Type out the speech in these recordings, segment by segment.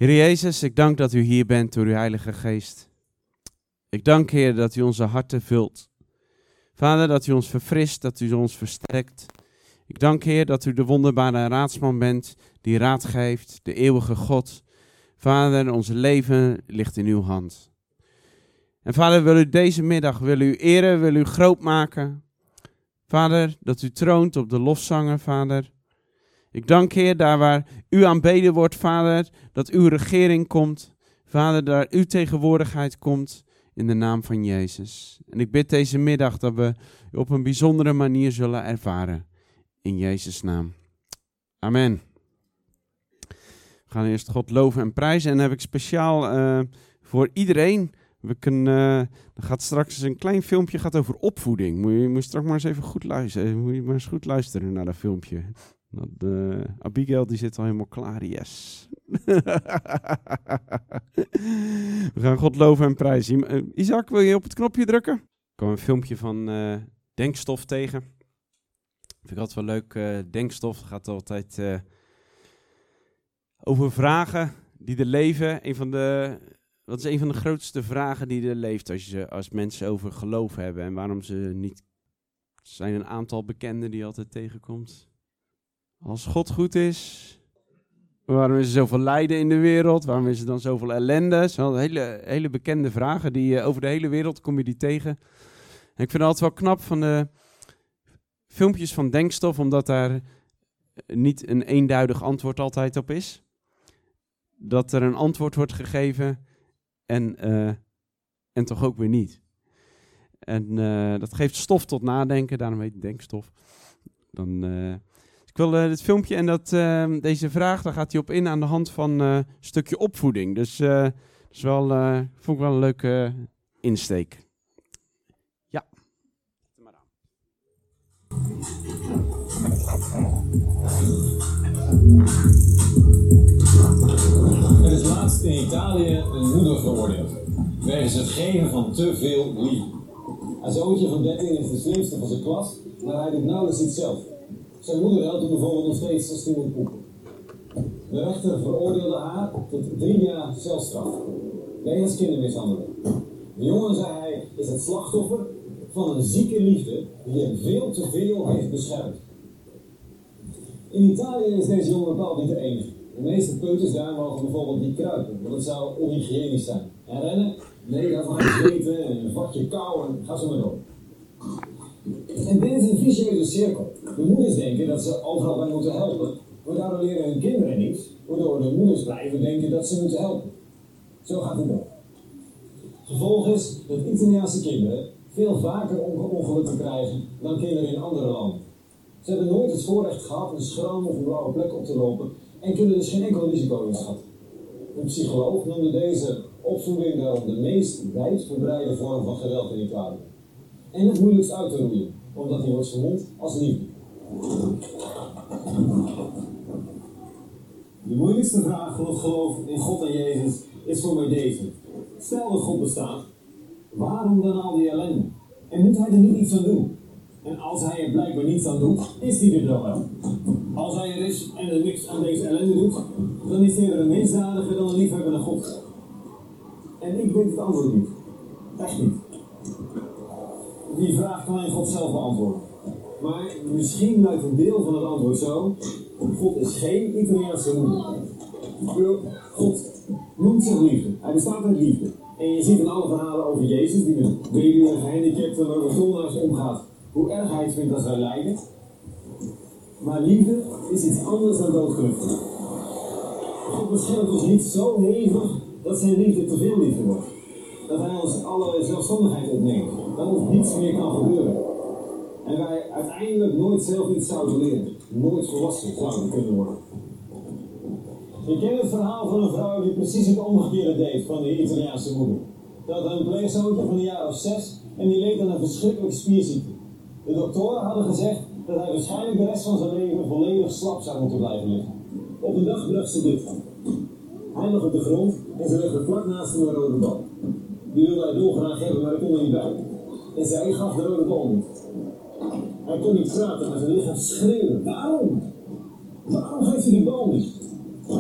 Heer Jezus, ik dank dat u hier bent door uw Heilige Geest. Ik dank, Heer, dat u onze harten vult. Vader, dat u ons verfrist, dat u ons versterkt. Ik dank, Heer, dat u de wonderbare raadsman bent, die raad geeft, de eeuwige God. Vader, ons leven ligt in uw hand. En Vader, wil u deze middag, wil u eren, wil u groot maken. Vader, dat u troont op de lofzangen, Vader. Ik dank, Heer, daar waar u aanbeden wordt, Vader, dat uw regering komt. Vader, daar uw tegenwoordigheid komt in de naam van Jezus. En ik bid deze middag dat we u op een bijzondere manier zullen ervaren. In Jezus' naam. Amen. We gaan eerst God loven en prijzen. En dan heb ik speciaal voor iedereen. Er gaat straks een klein filmpje gaat over opvoeding. Moet je straks maar eens even goed luisteren. Moet je maar eens goed luisteren naar dat filmpje. Abigail die zit al helemaal klaar, yes. We gaan God loven en prijzen. Isaac, wil je op het knopje drukken? Ik kwam een filmpje van Denkstof tegen. Vind ik altijd wel leuk. Denkstof gaat altijd over vragen die er leven. Wat is een van de grootste vragen die er leeft als mensen over geloof hebben en waarom ze niet... Er zijn een aantal bekenden die je altijd tegenkomt. Als God goed is, waarom is er zoveel lijden in de wereld? Waarom is er dan zoveel ellende? Dat zijn hele bekende vragen die over de hele wereld kom je die tegen. En ik vind het altijd wel knap van de filmpjes van Denkstof, omdat daar niet een eenduidig antwoord altijd op is. Dat er een antwoord wordt gegeven en toch ook weer niet. En dat geeft stof tot nadenken, daarom heet het Denkstof. Ik wil dit filmpje en deze vraag, daar gaat hij op in aan de hand van een stukje opvoeding. Dus dat is wel, vond ik wel een leuke insteek. Ja. Zet maar aan. Er is laatst in Italië een moeder veroordeeld wegens het geven van te veel liefde. Haar zoontje van 13 is de slimste van zijn klas, maar hij doet nauwelijks iets zelf. Zijn moeder helpt hem bijvoorbeeld nog steeds als hij moet poepen. De rechter veroordeelde haar tot 3 jaar celstraf wegens kindermishandeling. De jongen, zei hij, is het slachtoffer van een zieke liefde die hem veel te veel heeft beschermd. In Italië is deze jongen bepaald niet de enige. De meeste peuters daar mogen bijvoorbeeld niet kruipen, want het zou onhygiënisch zijn. En rennen? Nee, daarvan gaan zweten en een vakje kou en ga zo maar door. En dit is een vicieuze cirkel. De moeders denken dat ze overal bij moeten helpen, maar daardoor leren hun kinderen niets, waardoor de moeders blijven denken dat ze moeten helpen. Zo gaat het door. Gevolg is dat Italiaanse kinderen veel vaker ongelukken krijgen dan kinderen in andere landen. Ze hebben nooit het voorrecht gehad een schram of een blauwe plek op te lopen en kunnen dus geen enkel risico inschatten. Een psycholoog noemde deze opvoeding daarom de meest wijdverbreide vorm van geweld in Italië. En het moeilijkst uit te roeien, omdat hij wordt vermomd als liefde. De moeilijkste vraag van het geloof in God en Jezus is voor mij deze. Stel dat God bestaat, waarom dan al die ellende? En moet hij er niet iets aan doen? En als hij er blijkbaar niets aan doet, is hij er dan wel. Als hij er is en er niks aan deze ellende doet, dan is hij er een misdadiger dan een liefhebbende God. En ik weet het antwoord niet. Echt niet. Die vraag kan alleen God zelf beantwoorden. Maar misschien luidt een deel van het antwoord zo: God is geen Italiaanse moeder. God noemt zich liefde. Hij bestaat uit liefde. En je ziet in alle verhalen over Jezus, die met weduwen, gehandicapten en overzondaars omgaat, hoe erg hij het vindt als wij lijden. Maar liefde is iets anders dan doodknuffelen. God beschermt ons niet zo hevig dat zijn liefde te veel liefde wordt. Dat hij ons alle zelfstandigheid opneemt. Dat ons niets meer kan gebeuren. En wij uiteindelijk nooit zelf iets zouden leren. Nooit volwassen zouden kunnen worden. Je kent het verhaal van een vrouw die precies het omgekeerde deed van die Italiaanse moeder. Dat had een pleegzoontje van een jaar of 6 en die leed aan een verschrikkelijke spierziekte. De doktoren hadden gezegd dat hij waarschijnlijk de rest van zijn leven volledig slap zou moeten blijven liggen. Op een dag bracht ze dit. Hij lag op de grond en ze legde vlak naast hem een rode bal. Die wilde hij dolgraag hebben, maar hij kon er niet bij. En zij gaf de rode bal niet. Hij kon niet praten, maar zijn lichaam schreeuwde. Waarom? Waarom geeft hij die bal niet? Hij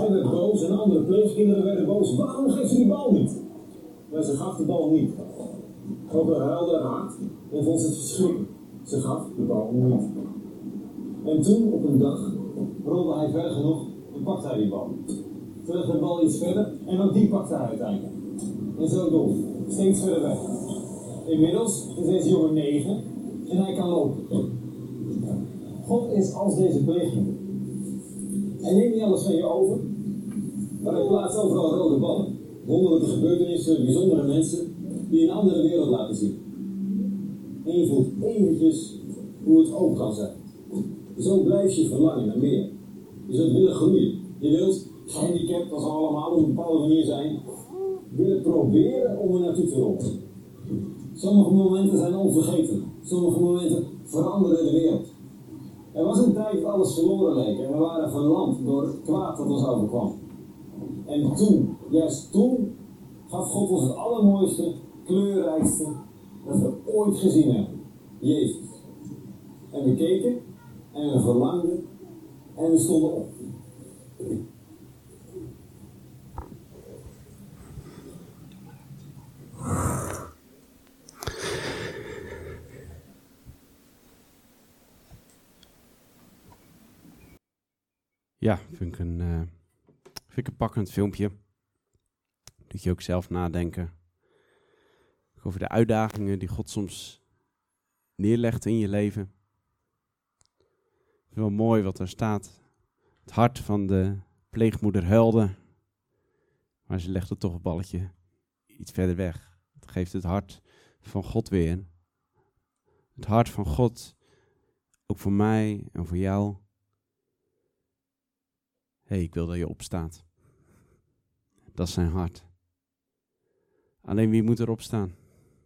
Hij werd boos en andere pleegkinderen werden boos. Waarom geeft ze die bal niet? Maar ze gaf de bal niet. God huilde hard en vond het verschrikkelijk. Ze gaf de bal niet. En toen, op een dag, rolde hij ver genoeg en pakte hij die bal. Toen werd de bal iets verder en ook die pakte hij uiteindelijk. En zo door, steeds verder weg. Inmiddels is deze jongen 9 en hij kan lopen. God is als deze pleegkinder. Hij neemt niet alles van je over, maar hij plaatst overal rode ballen. Wonderlijke gebeurtenissen, bijzondere mensen die een andere wereld laten zien. En je voelt eventjes hoe het ook kan zijn. Zo blijf je verlangen naar meer. Je zult willen groeien. Je wilt, gehandicapt als we allemaal op een bepaalde manier zijn, willen proberen om er naartoe te rollen. Sommige momenten zijn onvergeten. Sommige momenten veranderen de wereld. Er was een tijd dat alles verloren leek en we waren verlamd door het kwaad dat ons overkwam. En toen, juist toen, gaf God ons het allermooiste, kleurrijkste dat we ooit gezien hebben. Jezus. En we keken en we verlangden en we stonden op. Ja, vind ik een pakkend filmpje. Doet je ook zelf nadenken. Over de uitdagingen die God soms neerlegt in je leven. Het is wel mooi wat er staat. Het hart van de pleegmoeder huilde. Maar ze legde toch een balletje iets verder weg. Het geeft het hart van God weer. Het hart van God, ook voor mij en voor jou. Ik wil dat je opstaat. Dat is zijn hart. Alleen wie moet erop staan?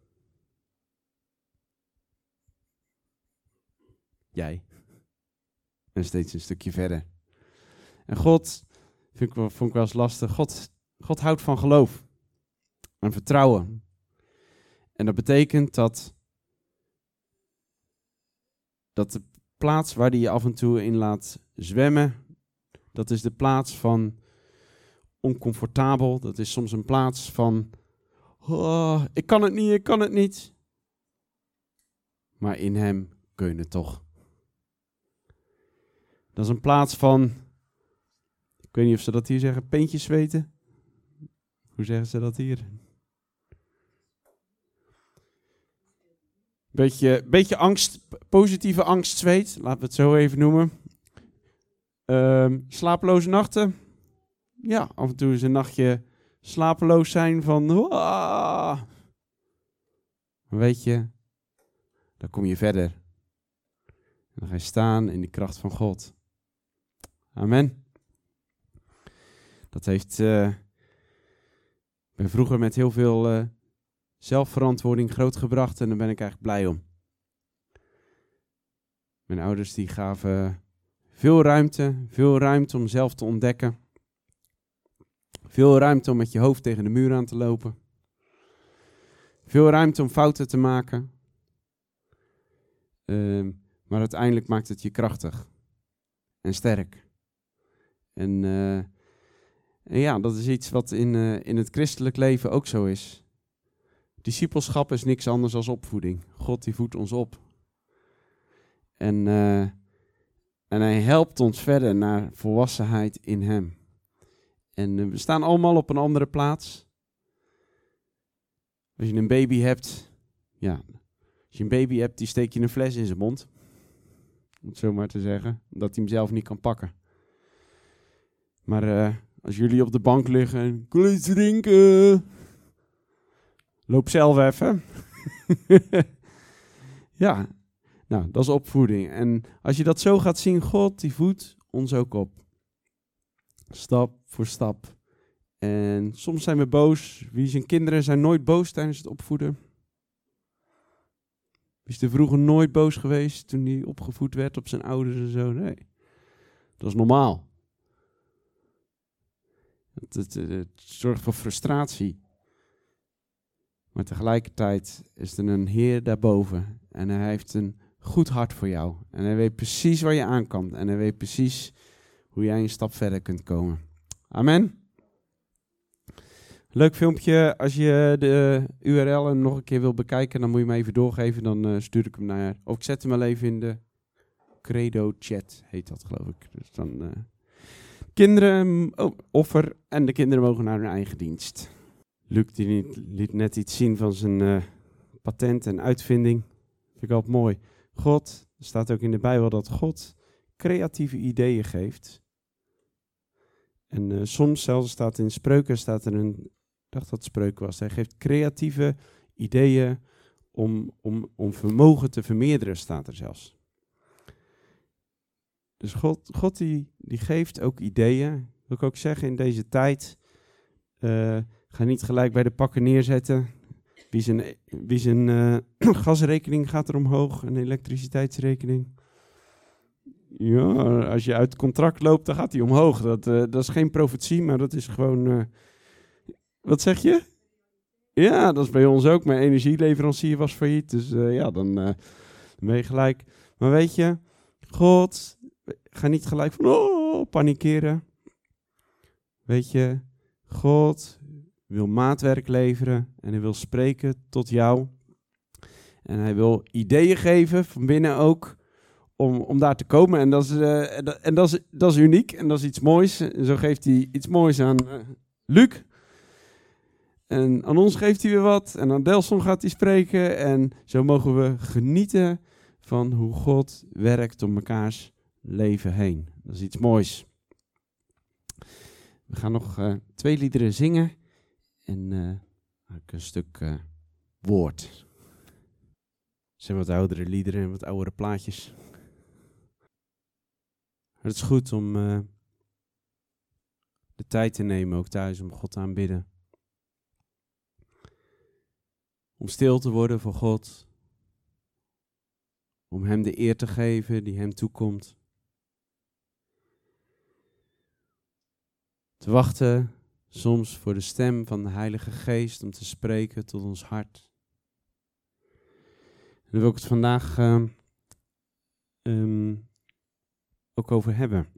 Jij. En steeds een stukje verder. En God, vond ik wel eens lastig, God houdt van geloof. En vertrouwen. En dat betekent dat de plaats waar hij je af en toe in laat zwemmen, dat is de plaats van oncomfortabel. Dat is soms een plaats van, ik kan het niet. Maar in hem kun je het toch. Dat is een plaats van, ik weet niet of ze dat hier zeggen, peentjes zweten. Hoe zeggen ze dat hier? Beetje angst, positieve angstzweet, laten we het zo even noemen. Slapeloze nachten. Ja, af en toe is een nachtje slapeloos zijn van, Maar weet je, dan kom je verder. En dan ga je staan in de kracht van God. Amen. Dat heeft, ik ben vroeger met heel veel zelfverantwoording grootgebracht en daar ben ik eigenlijk blij om. Mijn ouders die gaven veel ruimte om zelf te ontdekken. Veel ruimte om met je hoofd tegen de muur aan te lopen. Veel ruimte om fouten te maken. Maar uiteindelijk maakt het je krachtig. En sterk. En ja, dat is iets wat in het christelijk leven ook zo is. Discipelschap is niks anders dan opvoeding. God die voedt ons op. En hij helpt ons verder naar volwassenheid in hem. En we staan allemaal op een andere plaats. Als je een baby hebt, die steek je een fles in zijn mond. Om het zo maar te zeggen. Omdat hij hem zelf niet kan pakken. Maar als jullie op de bank liggen en ik wil iets drinken. Loop zelf even. Ja, nou, dat is opvoeding. En als je dat zo gaat zien, God die voedt ons ook op. Stap voor stap. En soms zijn we boos. Wie zijn kinderen zijn nooit boos tijdens het opvoeden. Wie is er vroeger nooit boos geweest toen hij opgevoed werd op zijn ouders en zo? Nee, dat is normaal. Het zorgt voor frustratie. Maar tegelijkertijd is er een Heer daarboven. En hij heeft een goed hart voor jou. En hij weet precies waar je aan kan. En hij weet precies hoe jij een stap verder kunt komen. Amen. Leuk filmpje. Als je de URL nog een keer wil bekijken, dan moet je me even doorgeven. Dan stuur ik hem naar... Of ik zet hem wel even in de Credo chat, heet dat geloof ik. Dus dan... kinderen, offer en de kinderen mogen naar hun eigen dienst. Luc die liet net iets zien van zijn patent en uitvinding. Vind ik altijd mooi. God, er staat ook in de Bijbel dat God creatieve ideeën geeft. En soms zelfs staat in Spreuken, staat er een, ik dacht dat het Spreuk was, hij geeft creatieve ideeën om vermogen te vermeerderen, staat er zelfs. Dus God die geeft ook ideeën. Wil ik ook zeggen in deze tijd, ga niet gelijk bij de pakken neerzetten. Wie zijn gasrekening gaat er omhoog, een elektriciteitsrekening. Ja, als je uit het contract loopt, dan gaat die omhoog. Dat is geen profetie, maar dat is gewoon... wat zeg je? Ja, dat is bij ons ook. Mijn energieleverancier was failliet, dus dan ben je gelijk. Maar weet je, God, ga niet gelijk van panikeren. Weet je, God wil maatwerk leveren en hij wil spreken tot jou. En hij wil ideeën geven, van binnen ook, om daar te komen. En dat is uniek en dat is iets moois. En zo geeft hij iets moois aan Luc. En aan ons geeft hij weer wat. En aan Delson gaat hij spreken. En zo mogen we genieten van hoe God werkt om mekaars leven heen. Dat is iets moois. We gaan nog 2 liederen zingen. En een stuk woord. Het zijn wat oudere liederen en wat oudere plaatjes. Het is goed om de tijd te nemen, ook thuis, om God te aanbidden. Om stil te worden voor God. Om hem de eer te geven die hem toekomt. Te wachten soms voor de stem van de Heilige Geest om te spreken tot ons hart. En daar wil ik het vandaag ook over hebben.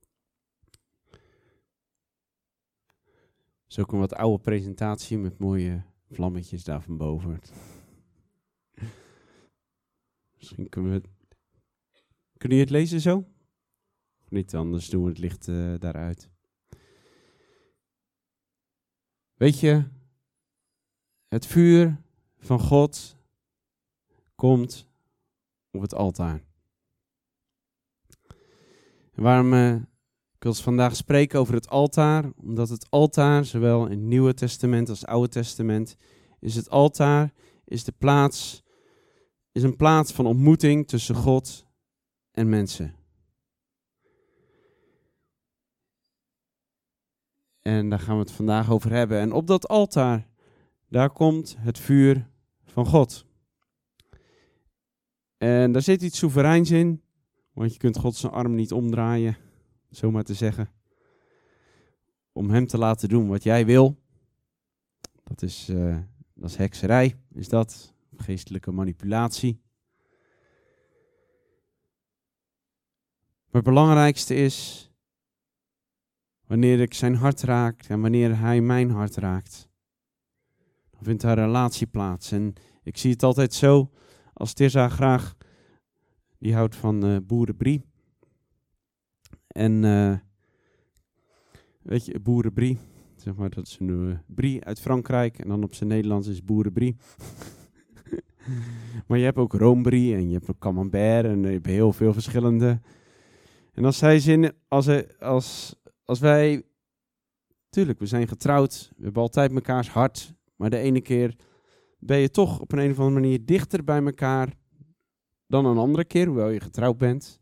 Het is ook een wat oude presentatie met mooie vlammetjes daar van boven. Misschien kunnen jullie het lezen zo? Of niet, anders doen we het licht daaruit. Weet je, het vuur van God komt op het altaar. En waarom ik wil vandaag spreken over het altaar, omdat het altaar, zowel in het Nieuwe Testament als het Oude Testament, is het altaar, is een plaats van ontmoeting tussen God en mensen. En daar gaan we het vandaag over hebben. En op dat altaar, daar komt het vuur van God. En daar zit iets soevereins in, want je kunt God zijn arm niet omdraaien, zomaar te zeggen. Om hem te laten doen wat jij wil. Dat is hekserij, is dat. Geestelijke manipulatie. Maar het belangrijkste is, wanneer ik zijn hart raak en wanneer hij mijn hart raakt, dan vindt daar relatie plaats. En ik zie het altijd zo, als Tirza graag, die houdt van boerenbrie. En weet je, boerenbrie, zeg maar, dat is een brie uit Frankrijk en dan op zijn Nederlands is boerenbrie. Maar je hebt ook roombrie en je hebt ook camembert en je hebt heel veel verschillende. En als wij, tuurlijk, we zijn getrouwd, we hebben altijd mekaars hart, maar de ene keer ben je toch op een of andere manier dichter bij elkaar dan een andere keer, hoewel je getrouwd bent.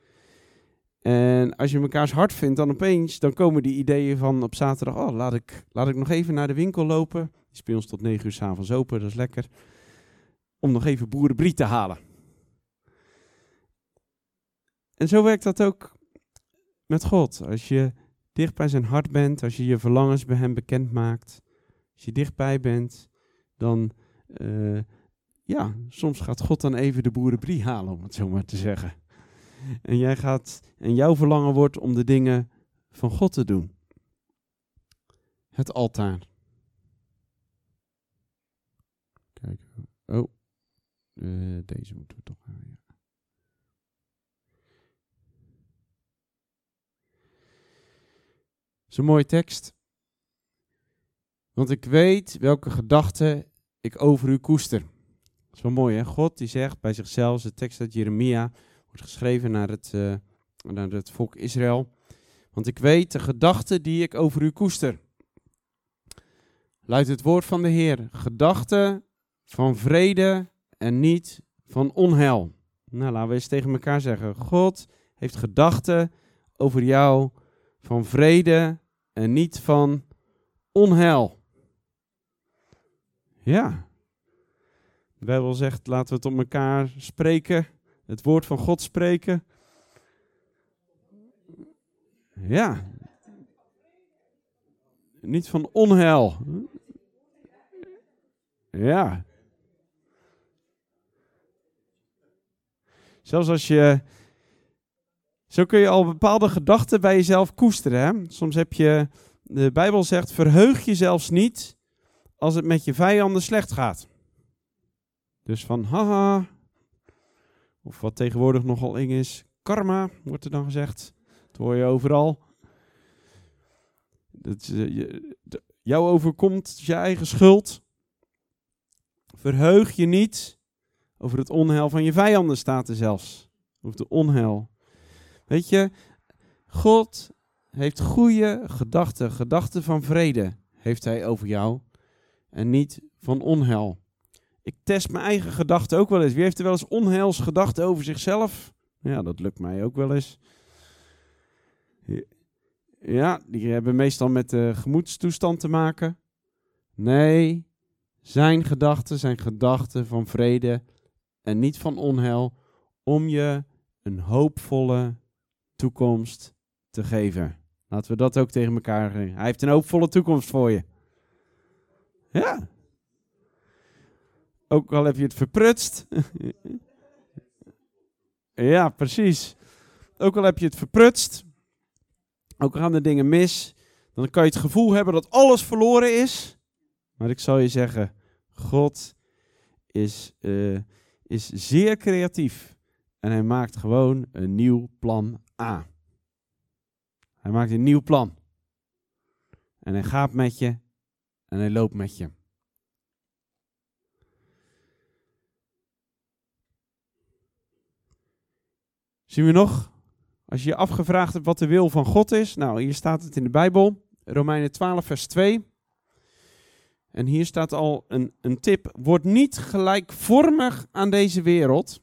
En als je mekaars hart vindt, dan komen die ideeën van op zaterdag, laat ik nog even naar de winkel lopen. Die is bij ons tot 9 uur 's avonds open, dat is lekker. Om nog even boerenbrie te halen. En zo werkt dat ook met God. Als je dicht bij zijn hart bent, als je je verlangens bij hem bekend maakt, als je dichtbij bent, dan, soms gaat God dan even de boerenbrie halen, om het zo maar te zeggen. En jouw verlangen wordt om de dingen van God te doen. het altaar. Kijk. Oh. Deze moeten we toch... Ja. Dat is een mooie tekst. Want ik weet welke gedachten ik over u koester. Dat is wel mooi, hè? God die zegt bij zichzelf, de tekst uit Jeremia wordt geschreven naar het volk Israël. Want ik weet de gedachten die ik over u koester. Luidt het woord van de Heer. Gedachten van vrede en niet van onheil. Nou, laten we eens tegen elkaar zeggen. God heeft gedachten over jou van vrede en niet van onheil. Ja. De Bijbel zegt, laten we het op elkaar spreken. Het woord van God spreken. Ja. Niet van onheil. Ja. Zelfs als je... Zo kun je al bepaalde gedachten bij jezelf koesteren. Hè? Soms heb je... De Bijbel zegt, verheug je zelfs niet als het met je vijanden slecht gaat. Dus van haha. Of wat tegenwoordig nogal eng is. Karma, wordt er dan gezegd. Dat hoor je overal. Jou overkomt je eigen schuld. Verheug je niet over het onheil van je vijanden, staat er zelfs. Over de onheil. Weet je, God heeft goede gedachten. Gedachten van vrede heeft hij over jou. En niet van onheil. Ik test mijn eigen gedachten ook wel eens. Wie heeft er wel eens onheilsgedachten over zichzelf? Ja, dat lukt mij ook wel eens. Ja, die hebben meestal met de gemoedstoestand te maken. Nee, zijn gedachten van vrede en niet van onheil, om je een hoopvolle toekomst te geven. Laten we dat ook tegen elkaar zeggen. Hij heeft een hoopvolle toekomst voor je. Ja. Ook al heb je het verprutst. Ja, precies. Ook al heb je het verprutst. Ook al gaan de dingen mis. Dan kan je het gevoel hebben dat alles verloren is. Maar ik zal je zeggen, God is zeer creatief. En hij maakt gewoon een nieuw plan A. Hij maakt een nieuw plan. En hij gaat met je. En hij loopt met je. Zien we nog? Als je je afgevraagd hebt wat de wil van God is. Nou, hier staat het in de Bijbel. Romeinen 12 vers 2. En hier staat al een tip. Word niet gelijkvormig aan deze wereld.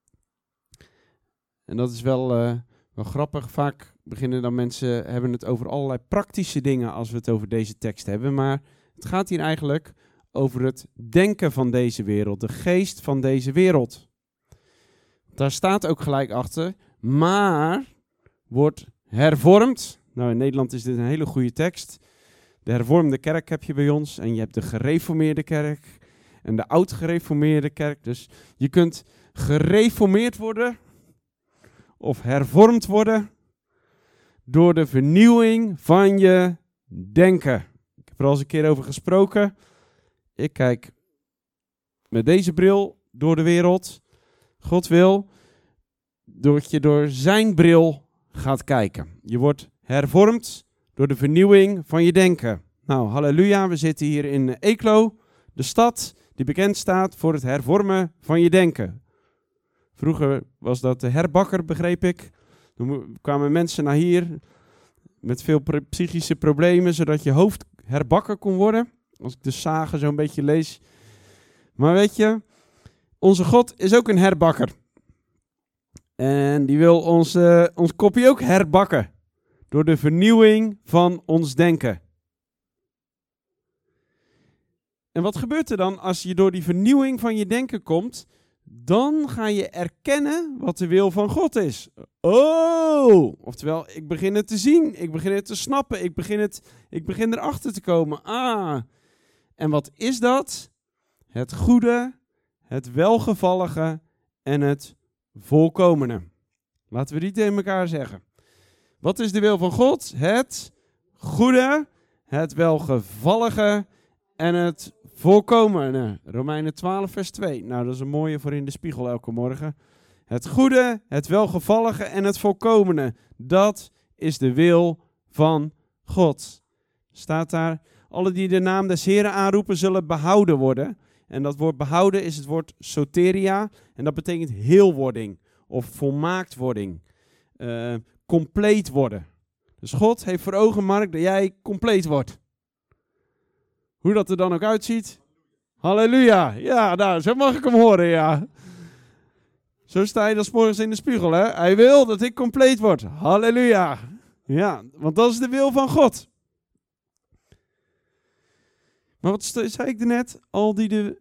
En dat is wel grappig. Vaak beginnen dan mensen, hebben het over allerlei praktische dingen als we het over deze tekst hebben. Maar het gaat hier eigenlijk over het denken van deze wereld. De geest van deze wereld. Daar staat ook gelijk achter. Maar wordt hervormd. Nou, in Nederland is dit een hele goede tekst. De hervormde kerk heb je bij ons. En je hebt de gereformeerde kerk. En de oud-gereformeerde kerk. Dus je kunt gereformeerd worden. Of hervormd worden. Door de vernieuwing van je denken. Ik heb er al eens een keer over gesproken. Ik kijk met deze bril door de wereld. God wil dat je door zijn bril gaat kijken. Je wordt hervormd door de vernieuwing van je denken. Nou, halleluja, we zitten hier in Eeklo, de stad die bekend staat voor het hervormen van je denken. Vroeger was dat de herbakker, begreep ik. Dan kwamen mensen naar hier met veel psychische problemen, zodat je hoofd herbakken kon worden. Als ik de Sagen zo'n beetje lees. Maar weet je, onze God is ook een herbakker. En die wil ons kopje ook herbakken. Door de vernieuwing van ons denken. En wat gebeurt er dan als je door die vernieuwing van je denken komt? Dan ga je erkennen wat de wil van God is. Oh, oftewel, ik begin het te zien. Ik begin het te snappen. Ik begin erachter te komen. Ah, en wat is dat? Het goede, het welgevallige en het volkomene. Laten we die tegen elkaar zeggen. Wat is de wil van God? Het goede, het welgevallige en het volkomene. Romeinen 12 vers 2. Nou, dat is een mooie voor in de spiegel elke morgen. Het goede, het welgevallige en het volkomene. Dat is de wil van God. Staat daar, alle die de naam des Heren aanroepen zullen behouden worden. En dat woord behouden is het woord soteria. En dat betekent heelwording of volmaaktwording. Compleet worden. Dus God heeft voor ogen, Mark, dat jij compleet wordt. Hoe dat er dan ook uitziet. Halleluja. Ja, nou, zo mag ik hem horen, ja. Zo sta je dan 's morgens in de spiegel, hè. Hij wil dat ik compleet word. Halleluja. Ja, want dat is de wil van God. Maar wat zei ik net? Al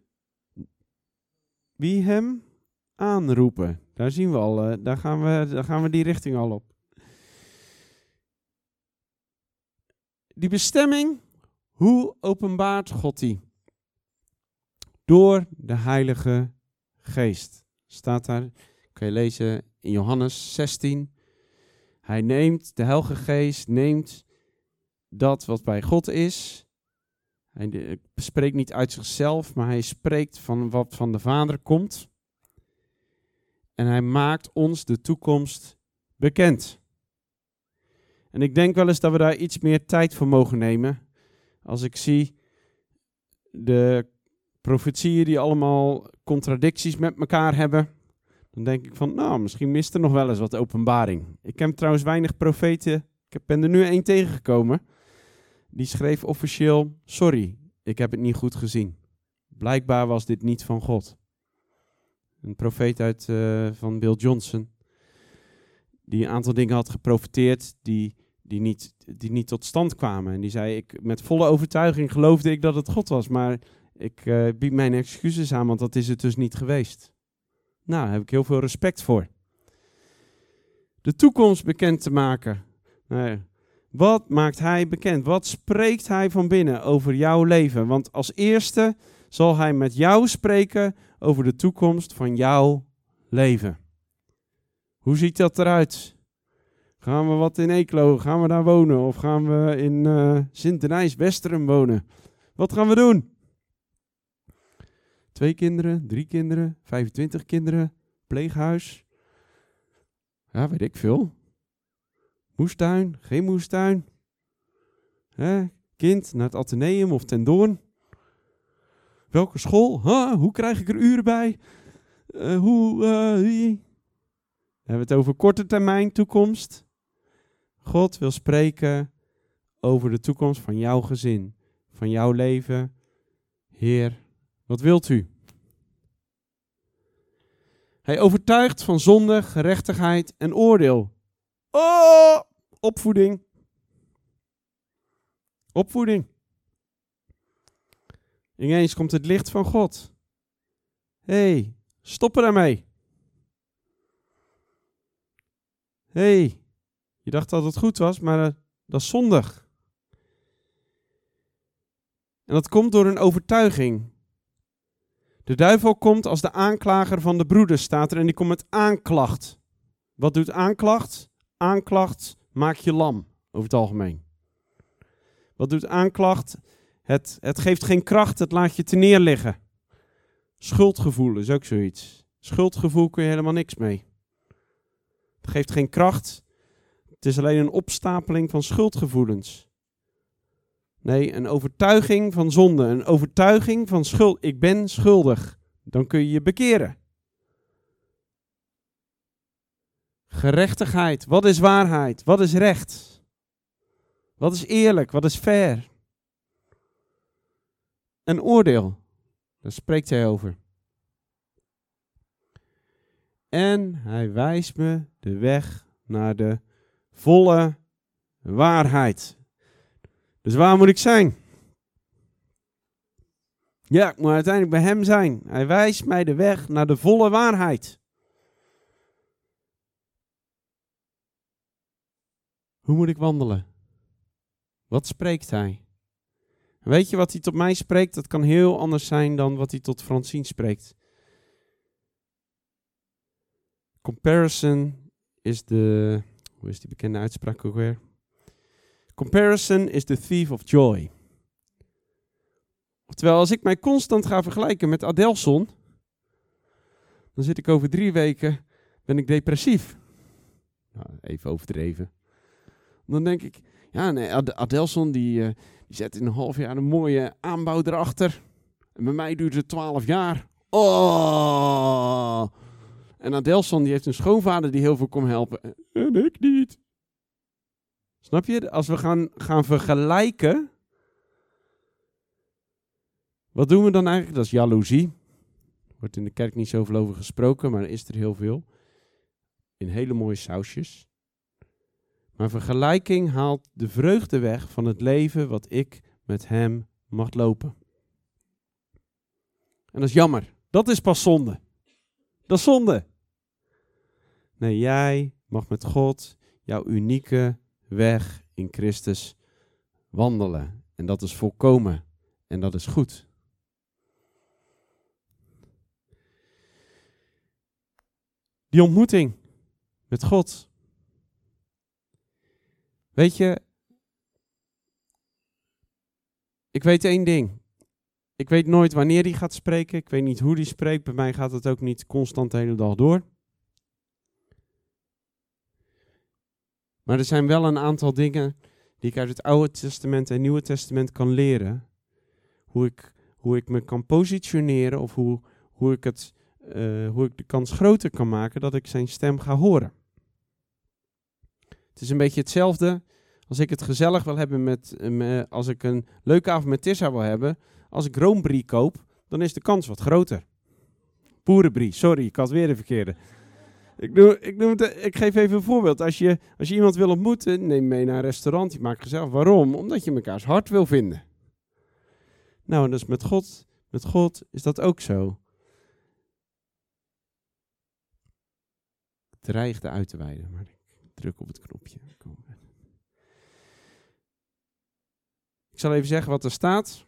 wie hem aanroepen. Daar zien we al, daar gaan we die richting al op. Die bestemming, hoe openbaart God die? Door de Heilige Geest. Staat daar, kun je lezen in Johannes 16. De Heilige Geest neemt dat wat bij God is. Hij spreekt niet uit zichzelf, maar hij spreekt van wat van de Vader komt. En hij maakt ons de toekomst bekend. En ik denk wel eens dat we daar iets meer tijd voor mogen nemen. Als ik zie de profetieën die allemaal contradicties met elkaar hebben, dan denk ik van, nou, misschien mist er nog wel eens wat openbaring. Ik heb trouwens weinig profeten. Ik ben er nu één tegengekomen. Die schreef officieel, sorry, ik heb het niet goed gezien. Blijkbaar was dit niet van God. Een profeet van Bill Johnson, die een aantal dingen had geprofeteerd die niet tot stand kwamen. En die zei, met volle overtuiging geloofde ik dat het God was, maar ik bied mijn excuses aan, want dat is het dus niet geweest. Nou, daar heb ik heel veel respect voor. De toekomst bekend te maken. Nee. Wat maakt hij bekend? Wat spreekt hij van binnen over jouw leven? Want als eerste zal hij met jou spreken over de toekomst van jouw leven. Hoe ziet dat eruit? Gaan we wat in Eeklo? Gaan we daar wonen? Of gaan we in Sint-Denijs, Westerum wonen? Wat gaan we doen? 2 kinderen, 3 kinderen, 25 kinderen, pleeghuis. Ja, weet ik veel. Moestuin, geen moestuin. Kind naar het Atheneum of Ten Doorn. Welke school? Hoe krijg ik er uren bij? We hebben het over korte termijn toekomst. God wil spreken over de toekomst van jouw gezin, van jouw leven. Heer, wat wilt u? Hij overtuigt van zonde, gerechtigheid en oordeel. Oh, opvoeding. Opvoeding. Ineens komt het licht van God. Hey, stoppen daarmee. Hey, je dacht dat het goed was, maar dat is zondig. En dat komt door een overtuiging. De duivel komt als de aanklager van de broeders, staat er, en die komt met aanklacht. Wat doet aanklacht? Aanklacht maakt je lam, over het algemeen. Wat doet aanklacht? Het geeft geen kracht, het laat je te neerliggen. Schuldgevoel is ook zoiets. Schuldgevoel kun je helemaal niks mee. Het geeft geen kracht. Het is alleen een opstapeling van schuldgevoelens. Nee, een overtuiging van zonde, een overtuiging van schuld. Ik ben schuldig. Dan kun je je bekeren. Gerechtigheid. Wat is waarheid? Wat is recht? Wat is eerlijk? Wat is fair? Een oordeel. Daar spreekt hij over. En hij wijst me de weg naar de volle waarheid. Dus waar moet ik zijn? Ja, ik moet uiteindelijk bij hem zijn. Hij wijst mij de weg naar de volle waarheid. Hoe moet ik wandelen? Wat spreekt hij? Weet je wat hij tot mij spreekt? Dat kan heel anders zijn dan wat hij tot Francine spreekt. Comparison is hoe is die bekende uitspraak ook weer? Comparison is the thief of joy. Terwijl als ik mij constant ga vergelijken met Adelson, dan zit ik over 3 weken, ben ik depressief. Nou, even overdreven. Dan denk ik, ja nee, Adelson die zet in een half jaar een mooie aanbouw erachter. En bij mij duurt het 12 jaar. Oh! En Adelson die heeft een schoonvader die heel veel kon helpen. En ik niet. Snap je? Als we gaan vergelijken, wat doen we dan eigenlijk? Dat is jaloezie. Er wordt in de kerk niet zoveel over gesproken, maar er is er heel veel. In hele mooie sausjes. Maar vergelijking haalt de vreugde weg van het leven wat ik met hem mag lopen. En dat is jammer. Dat is pas zonde. Dat is zonde. Nee, jij mag met God jouw unieke weg in Christus wandelen. En dat is volkomen. En dat is goed. Die ontmoeting met God. Weet je, ik weet 1 ding. Ik weet nooit wanneer hij gaat spreken. Ik weet niet hoe hij spreekt. Bij mij gaat het ook niet constant de hele dag door. Maar er zijn wel een aantal dingen die ik uit het Oude Testament en Nieuwe Testament kan leren. Hoe ik me kan positioneren of hoe ik de kans groter kan maken dat ik zijn stem ga horen. Het is een beetje hetzelfde als ik het gezellig wil hebben als ik een leuke avond met Tissa wil hebben. Als ik roomбrie koop, dan is de kans wat groter. Boerenbrie, sorry, ik had weer de verkeerde. Ik geef even een voorbeeld. Als je iemand wil ontmoeten, neem mee naar een restaurant. Je maakt gezellig. Waarom? Omdat je mekaars hart wil vinden. Nou, en dus met God is dat ook zo. Het dreigde uit te wijden, maar ik druk op het knopje. Ik zal even zeggen wat er staat.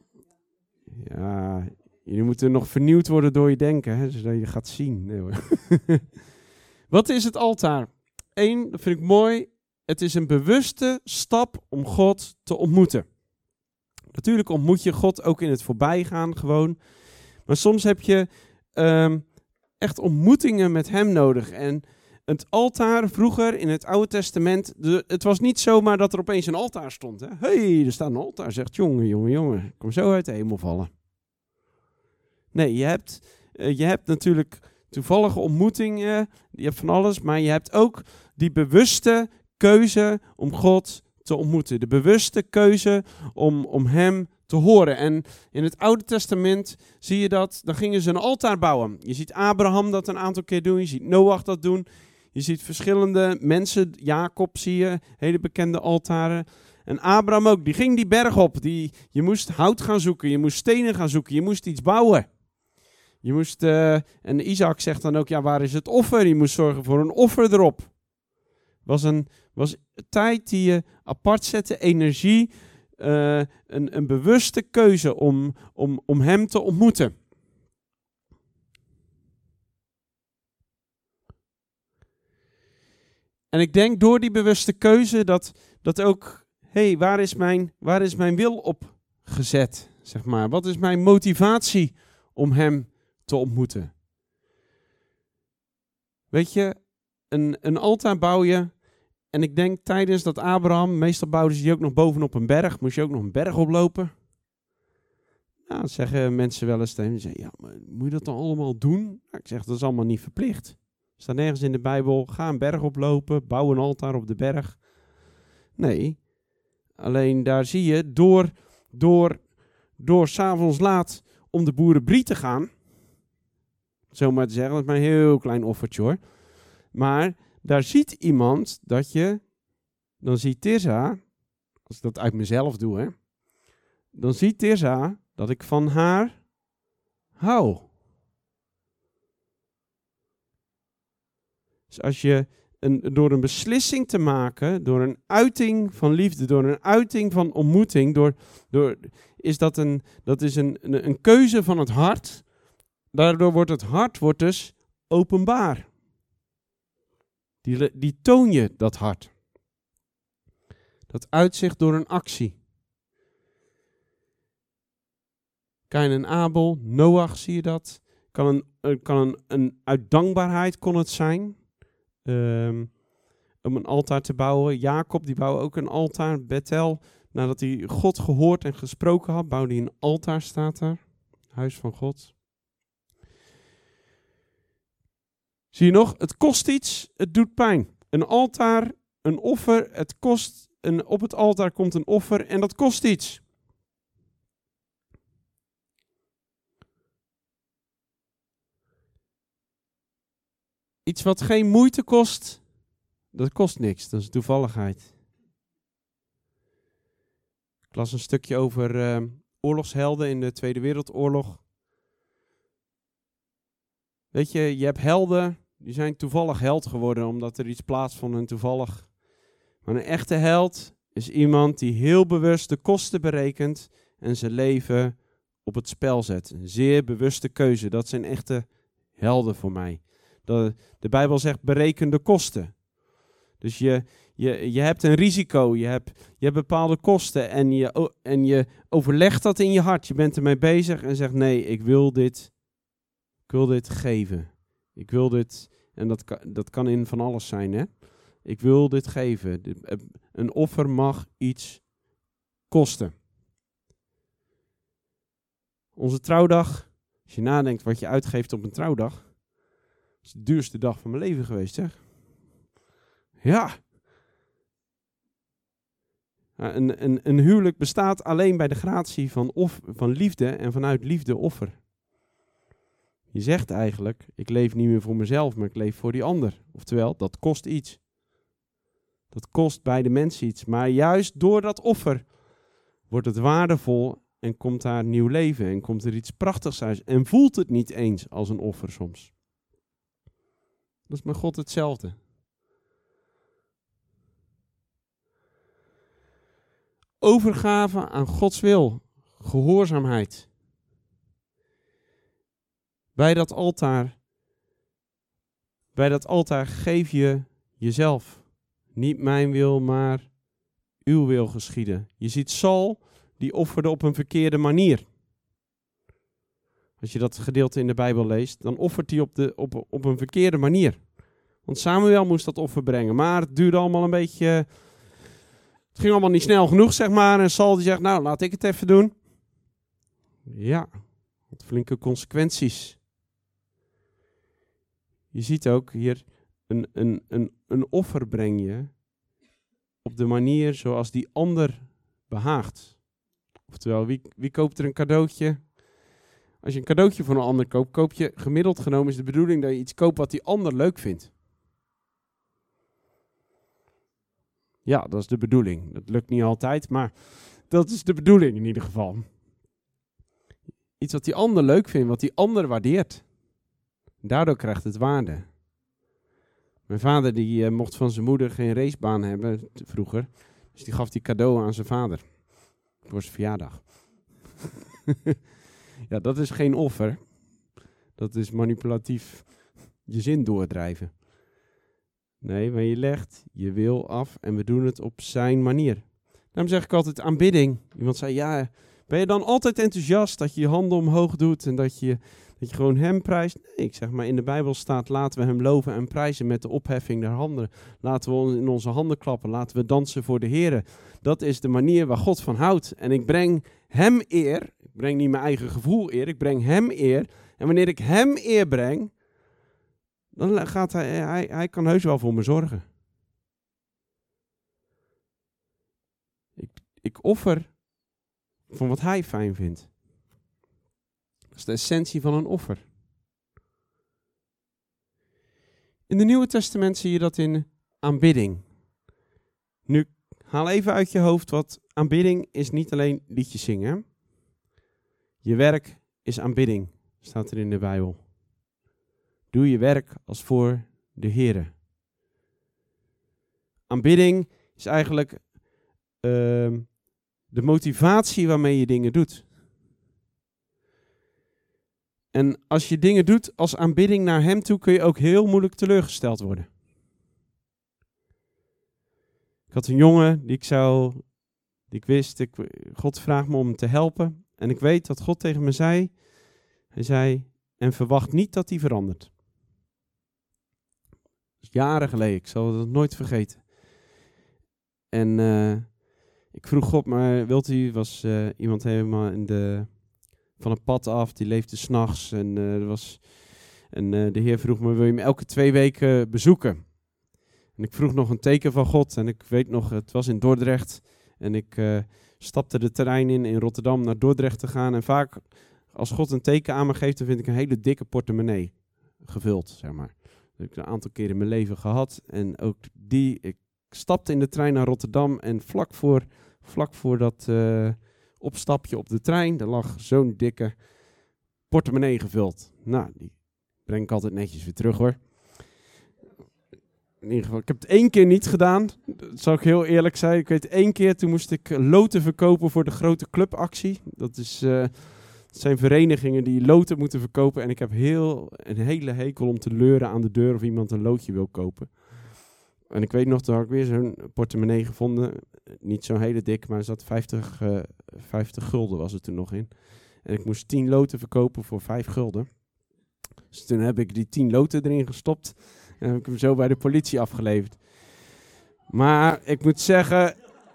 Ja, jullie moeten nog vernieuwd worden door je denken, hè, zodat je gaat zien. Nee, hoor. Wat is het altaar? 1, dat vind ik mooi. Het is een bewuste stap om God te ontmoeten. Natuurlijk ontmoet je God ook in het voorbijgaan gewoon. Maar soms heb je echt ontmoetingen met hem nodig. En het altaar vroeger in het Oude Testament, het was niet zomaar dat er opeens een altaar stond. Hé, hey, er staat een altaar. Zegt jongen, ik kom zo uit de hemel vallen. Nee, je hebt natuurlijk toevallige ontmoetingen, je hebt van alles, maar je hebt ook die bewuste keuze om God te ontmoeten. De bewuste keuze om hem te horen. En in het Oude Testament zie je dat, dan gingen ze een altaar bouwen. Je ziet Abraham dat een aantal keer doen, je ziet Noach dat doen. Je ziet verschillende mensen, Jacob zie je, hele bekende altaren. En Abraham ook, die ging die berg op. Je moest hout gaan zoeken, je moest stenen gaan zoeken, je moest iets bouwen. Je moest, en Isaac zegt dan ook, ja, waar is het offer? Je moest zorgen voor een offer erop. Was tijd die je apart zette, energie, een bewuste keuze om hem te ontmoeten. En ik denk door die bewuste keuze dat ook, waar is mijn wil op gezet, zeg maar. Wat is mijn motivatie om hem te ontmoeten? Weet je, een altaar bouw je, en ik denk tijdens dat Abraham, meestal bouwden ze die ook nog bovenop een berg, moest je ook nog een berg oplopen. Nou, dan zeggen mensen wel eens tegen me, ja, maar moet je dat dan allemaal doen? Nou, ik zeg, dat is allemaal niet verplicht. Er staat nergens in de Bijbel, ga een berg oplopen, bouw een altaar op de berg. Nee, alleen daar zie je, door 's avonds laat om de boerenbrie te gaan, zomaar te zeggen, dat is maar een heel klein offertje hoor. Maar daar ziet iemand dan ziet Tirza, als ik dat uit mezelf doe, hè, dan ziet Tirza dat ik van haar hou. Dus als je door een beslissing te maken, door een uiting van liefde, door een uiting van ontmoeting, is dat een keuze van het hart. Daardoor wordt het hart dus openbaar. Die toon je dat hart. Dat uitzicht door een actie. Kain en Abel, Noach, zie je dat? Een uit dankbaarheid kon het zijn. Om een altaar te bouwen. Jacob, die bouwde ook een altaar. Bethel, nadat hij God gehoord en gesproken had, bouwde hij een altaar, staat daar. Huis van God. Zie je nog? Het kost iets, het doet pijn. Een altaar, een offer, het kost. Op het altaar komt een offer en dat kost iets. Iets wat geen moeite kost, dat kost niks. Dat is toevalligheid. Ik las een stukje over oorlogshelden in de Tweede Wereldoorlog. Weet je, je hebt helden, die zijn toevallig held geworden omdat er iets plaatsvond en toevallig. Maar een echte held is iemand die heel bewust de kosten berekent en zijn leven op het spel zet. Een zeer bewuste keuze. Dat zijn echte helden voor mij. De Bijbel zegt bereken de kosten. Dus je hebt een risico, je hebt bepaalde kosten en je overlegt dat in je hart. Je bent ermee bezig en zegt nee, ik wil dit geven. Ik wil dit, en dat kan in van alles zijn, hè. Ik wil dit geven. Een offer mag iets kosten. Onze trouwdag, als je nadenkt wat je uitgeeft op een trouwdag, is de duurste dag van mijn leven geweest, zeg. Ja. Een huwelijk bestaat alleen bij de gratie van liefde en vanuit liefde offer. Je zegt eigenlijk, ik leef niet meer voor mezelf, maar ik leef voor die ander. Oftewel, dat kost iets. Dat kost beide mensen iets. Maar juist door dat offer wordt het waardevol en komt daar nieuw leven en komt er iets prachtigs uit. En voelt het niet eens als een offer soms. Dat is met God hetzelfde. Overgave aan Gods wil. Gehoorzaamheid. Bij dat altaar geef je jezelf. Niet mijn wil, maar uw wil geschieden. Je ziet Saul, die offerde op een verkeerde manier. Als je dat gedeelte in de Bijbel leest, dan offert hij op een verkeerde manier. Want Samuel moest dat offer brengen, maar het duurde allemaal een beetje. Het ging allemaal niet snel genoeg, zeg maar. En Saul die zegt, nou, laat ik het even doen. Ja, wat flinke consequenties. Je ziet ook hier, een offer breng je op de manier zoals die ander behaagt. Oftewel, wie koopt er een cadeautje? Als je een cadeautje voor een ander koopt, koop je gemiddeld genomen is de bedoeling dat je iets koopt wat die ander leuk vindt. Ja, dat is de bedoeling. Dat lukt niet altijd, maar dat is de bedoeling in ieder geval. Iets wat die ander leuk vindt, wat die ander waardeert. Daardoor krijgt het waarde. Mijn vader die mocht van zijn moeder geen racebaan hebben vroeger. Dus die gaf die cadeau aan zijn vader. Voor zijn verjaardag. Ja, dat is geen offer. Dat is manipulatief je zin doordrijven. Nee, maar je legt je wil af en we doen het op zijn manier. Daarom zeg ik altijd aanbidding. Iemand zei, ja, ben je dan altijd enthousiast dat je je handen omhoog doet en dat je gewoon hem prijst? Nee, ik zeg maar in de Bijbel staat, laten we hem loven en prijzen met de opheffing der handen. Laten we in onze handen klappen, laten we dansen voor de Heere. Dat is de manier waar God van houdt. En ik breng hem eer, ik breng niet mijn eigen gevoel eer, ik breng hem eer. En wanneer ik hem eer breng, dan gaat hij kan heus wel voor me zorgen. Ik offer van wat hij fijn vindt. Dat is de essentie van een offer. In het Nieuwe Testament zie je dat in aanbidding. Nu, haal even uit je hoofd wat aanbidding is niet alleen liedjes zingen. Je werk is aanbidding, staat er in de Bijbel. Doe je werk als voor de Heere. Aanbidding is eigenlijk de motivatie waarmee je dingen doet. En als je dingen doet als aanbidding naar hem toe, kun je ook heel moeilijk teleurgesteld worden. Ik had een jongen die ik wist, God vraagt me om hem te helpen. En ik weet dat God tegen me zei, hij zei, en verwacht niet dat hij verandert. Dat is jaren geleden, ik zal dat nooit vergeten. En ik vroeg God, maar wilt u, was iemand helemaal van het pad af, die leefde 's nachts. En de Heer vroeg me, wil je me elke 2 weken bezoeken? En ik vroeg nog een teken van God en ik weet nog, het was in Dordrecht. En ik stapte de trein in Rotterdam naar Dordrecht te gaan. En vaak, als God een teken aan me geeft, dan vind ik een hele dikke portemonnee gevuld, zeg maar. Dat heb ik een aantal keren in mijn leven gehad. En ook ik stapte in de trein naar Rotterdam en vlak voor dat opstapje op de trein, daar lag zo'n dikke portemonnee gevuld. Nou, die breng ik altijd netjes weer terug, hoor. In ieder geval, ik heb het 1 keer niet gedaan. Dat zal ik heel eerlijk zijn. Ik weet 1 keer, toen moest ik loten verkopen voor de grote clubactie. Dat zijn verenigingen die loten moeten verkopen. En ik heb een hele hekel om te leuren aan de deur of iemand een loodje wil kopen. En ik weet nog, toen had ik weer zo'n portemonnee gevonden. Niet zo'n hele dik, maar er zat 50 gulden was er toen nog in. En ik moest 10 loten verkopen voor 5 gulden. Dus toen heb ik die 10 loten erin gestopt. En heb ik hem zo bij de politie afgeleverd. Maar ik moet zeggen,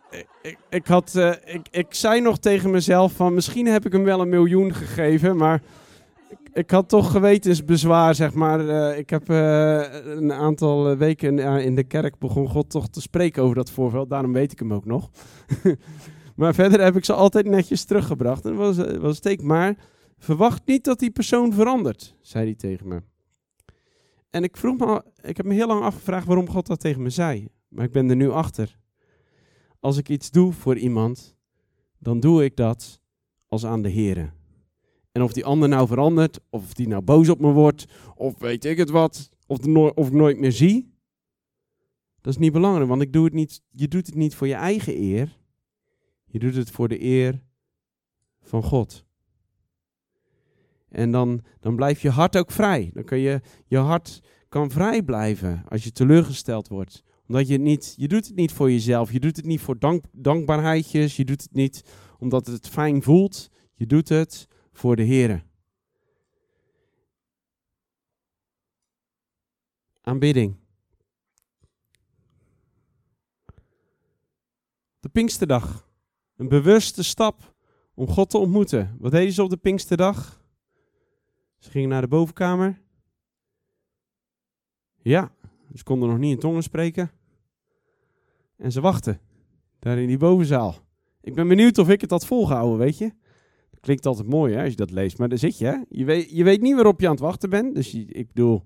ik zei nog tegen mezelf van misschien heb ik hem wel 1 miljoen gegeven, maar ik had toch gewetensbezwaar, zeg maar. Ik heb een aantal weken in de kerk begon God toch te spreken over dat voorval. Daarom weet ik hem ook nog. Maar verder heb ik ze altijd netjes teruggebracht. En dat was steek. Maar verwacht niet dat die persoon verandert, zei hij tegen me. En ik heb me heel lang afgevraagd waarom God dat tegen me zei. Maar ik ben er nu achter. Als ik iets doe voor iemand, dan doe ik dat als aan de Here. En of die ander nou verandert, of die nou boos op me wordt, of weet ik het wat, of ik nooit meer zie. Dat is niet belangrijk, want je doet het niet voor je eigen eer. Je doet het voor de eer van God. En dan blijft je hart ook vrij. Dan kan je hart kan vrij blijven als je teleurgesteld wordt. Omdat je doet het niet voor jezelf. Je doet het niet voor dankbaarheidjes. Je doet het niet omdat het fijn voelt. Je doet het voor de Here. Aanbidding. De Pinksterdag. Een bewuste stap om God te ontmoeten. Wat deden ze op de Pinksterdag? Ze gingen naar de bovenkamer. Ja, ze konden nog niet in tongen spreken. En ze wachten. Daar in die bovenzaal. Ik ben benieuwd of ik het had volgehouden, weet je. Dat klinkt altijd mooi, hè, als je dat leest. Maar daar zit je, hè. Je weet niet waarop je aan het wachten bent. Dus ik bedoel...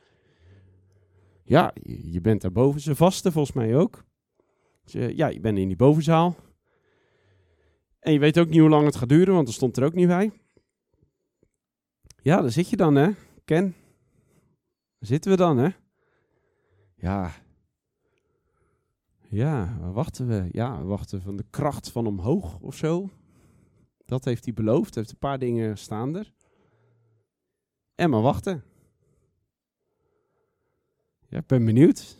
Ja, je bent daar boven. Ze vasten volgens mij ook. Dus, je bent in die bovenzaal. En je weet ook niet hoe lang het gaat duren, want er stond er ook niet bij. Ja, daar zit je dan, hè. Ken. Daar zitten we dan, hè. Ja, waar wachten we? Ja, we wachten van de kracht van omhoog of zo. Dat heeft hij beloofd. Hij heeft een paar dingen staan er. En maar wachten. Ja, ik ben benieuwd.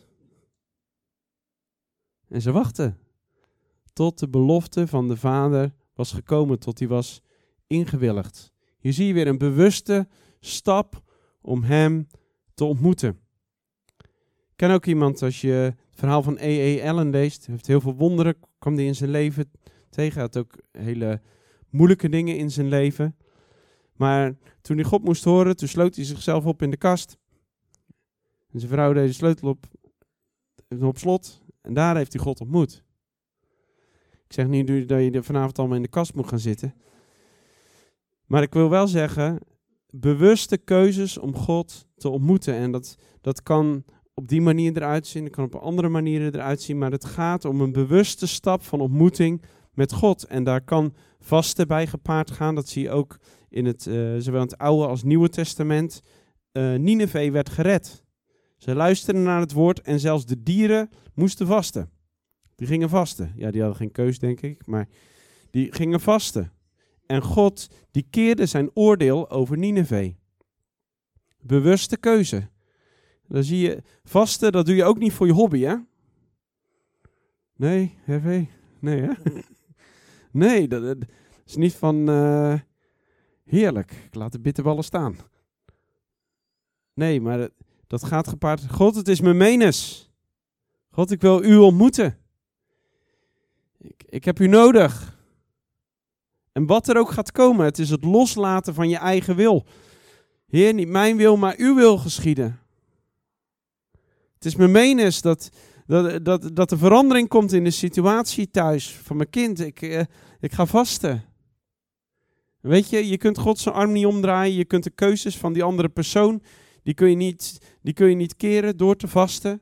En ze wachten. Tot de belofte van de Vader was gekomen. Tot die was ingewilligd. Hier zie je weer een bewuste stap om hem te ontmoeten. Ik ken ook iemand, als je het verhaal van E.E. Allen leest, heeft heel veel wonderen, kwam hij in zijn leven tegen. Hij had ook hele moeilijke dingen in zijn leven. Maar toen hij God moest horen, toen sloot hij zichzelf op in de kast. En zijn vrouw deed de sleutel op slot. En daar heeft hij God ontmoet. Ik zeg niet dat je er vanavond allemaal in de kast moet gaan zitten. Maar ik wil wel zeggen, bewuste keuzes om God te ontmoeten. En dat kan op die manier eruit zien, dat kan op andere manieren eruit zien. Maar het gaat om een bewuste stap van ontmoeting met God. En daar kan vasten bij gepaard gaan. Dat zie je ook in zowel het Oude als Nieuwe Testament. Nineve werd gered. Ze luisterden naar het woord en zelfs de dieren moesten vasten. Die gingen vasten. Ja, die hadden geen keus, denk ik, maar die gingen vasten. En God, die keerde zijn oordeel over Nineve. Bewuste keuze. Dan zie je, vasten, dat doe je ook niet voor je hobby, hè? Nee, hervé? Nee, hè? Nee, dat is niet van heerlijk, ik laat de bitterballen staan. Nee, maar dat gaat gepaard. God, het is mijn menens. God, ik wil u ontmoeten. Ik heb u nodig. En wat er ook gaat komen, het is het loslaten van je eigen wil. Heer, niet mijn wil, maar uw wil geschieden. Het is mijn menens dat er verandering komt in de situatie thuis van mijn kind. Ik ga vasten. Weet je kunt God zijn arm niet omdraaien. Je kunt de keuzes van die andere persoon, die kun je niet keren door te vasten.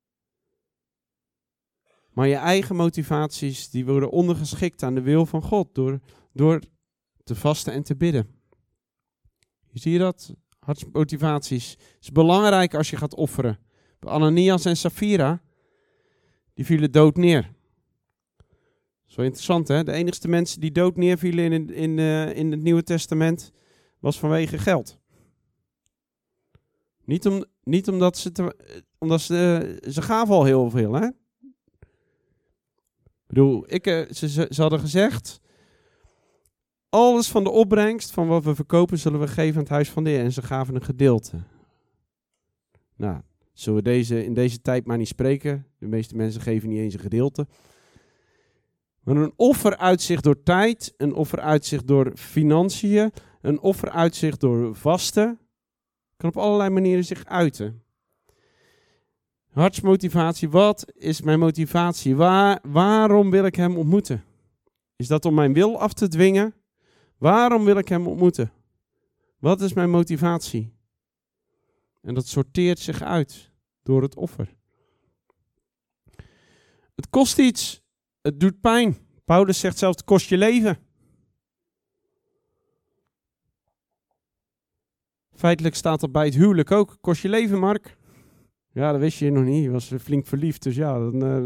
Maar je eigen motivaties, die worden ondergeschikt aan de wil van God door te vasten en te bidden. Zie je dat? Hartsmotivaties. Het is belangrijk als je gaat offeren. Bij Ananias en Safira, die vielen dood neer. Dat is wel interessant, hè? De enigste mensen die dood neervielen in het Nieuwe Testament was vanwege geld. Niet omdat ze gaven al heel veel, hè? Ik bedoel, ze hadden gezegd, alles van de opbrengst van wat we verkopen zullen we geven aan het huis van de Heer. En ze gaven een gedeelte. Nou, zullen we in deze tijd maar niet spreken. De meeste mensen geven niet eens een gedeelte. Maar een offer uitzicht door tijd, een offer uitzicht door financiën, een offer uitzicht door vasten. Kan op allerlei manieren zich uiten. Hartsmotivatie, wat is mijn motivatie? Waarom wil ik hem ontmoeten? Is dat om mijn wil af te dwingen? Waarom wil ik hem ontmoeten? Wat is mijn motivatie? En dat sorteert zich uit door het offer. Het kost iets. Het doet pijn. Paulus zegt zelfs, het kost je leven. Feitelijk staat dat bij het huwelijk ook. Kost je leven, Mark? Ja, dat wist je nog niet. Je was flink verliefd, dus ja.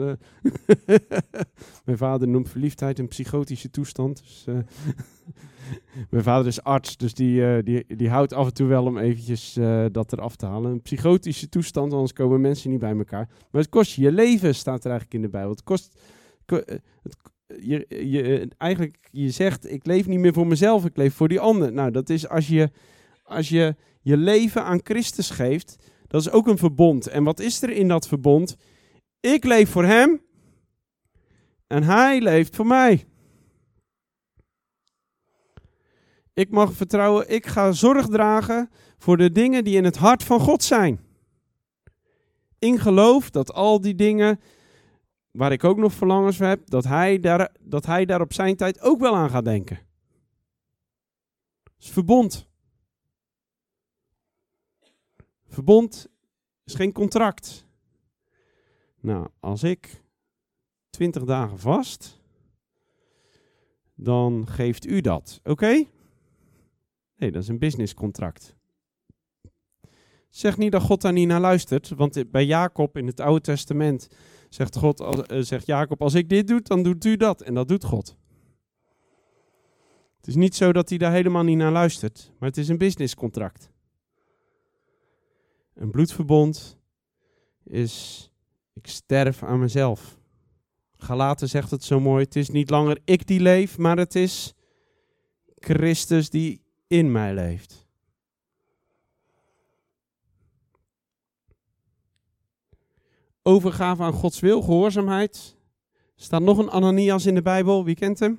Mijn vader noemt verliefdheid een psychotische toestand. Dus, mijn vader is arts, dus die houdt af en toe wel om eventjes dat eraf te halen. Een psychotische toestand, anders komen mensen niet bij elkaar. Maar het kost je leven, staat er eigenlijk in de Bijbel. Het kost... Je zegt, ik leef niet meer voor mezelf, ik leef voor die ander. Nou, dat is als je je leven aan Christus geeft, dat is ook een verbond. En wat is er in dat verbond? Ik leef voor hem en hij leeft voor mij. Ik mag vertrouwen, ik ga zorg dragen voor de dingen die in het hart van God zijn. In geloof dat al die dingen waar ik ook nog verlangens voor heb, dat hij daar op zijn tijd ook wel aan gaat denken. Dat is verbond. Verbond is geen contract. Nou, als ik 20 dagen vast, dan geeft u dat. Oké? Nee, dat is een businesscontract. Zeg niet dat God daar niet naar luistert, want bij Jacob in het Oude Testament zegt Jacob, als ik dit doe, dan doet u dat. En dat doet God. Het is niet zo dat hij daar helemaal niet naar luistert, maar het is een businesscontract. Een bloedverbond is, ik sterf aan mezelf. Galaten zegt het zo mooi, het is niet langer ik die leef, maar het is Christus die in mij leeft. Overgave aan Gods wil, gehoorzaamheid. Er staat nog een Ananias in de Bijbel, wie kent hem?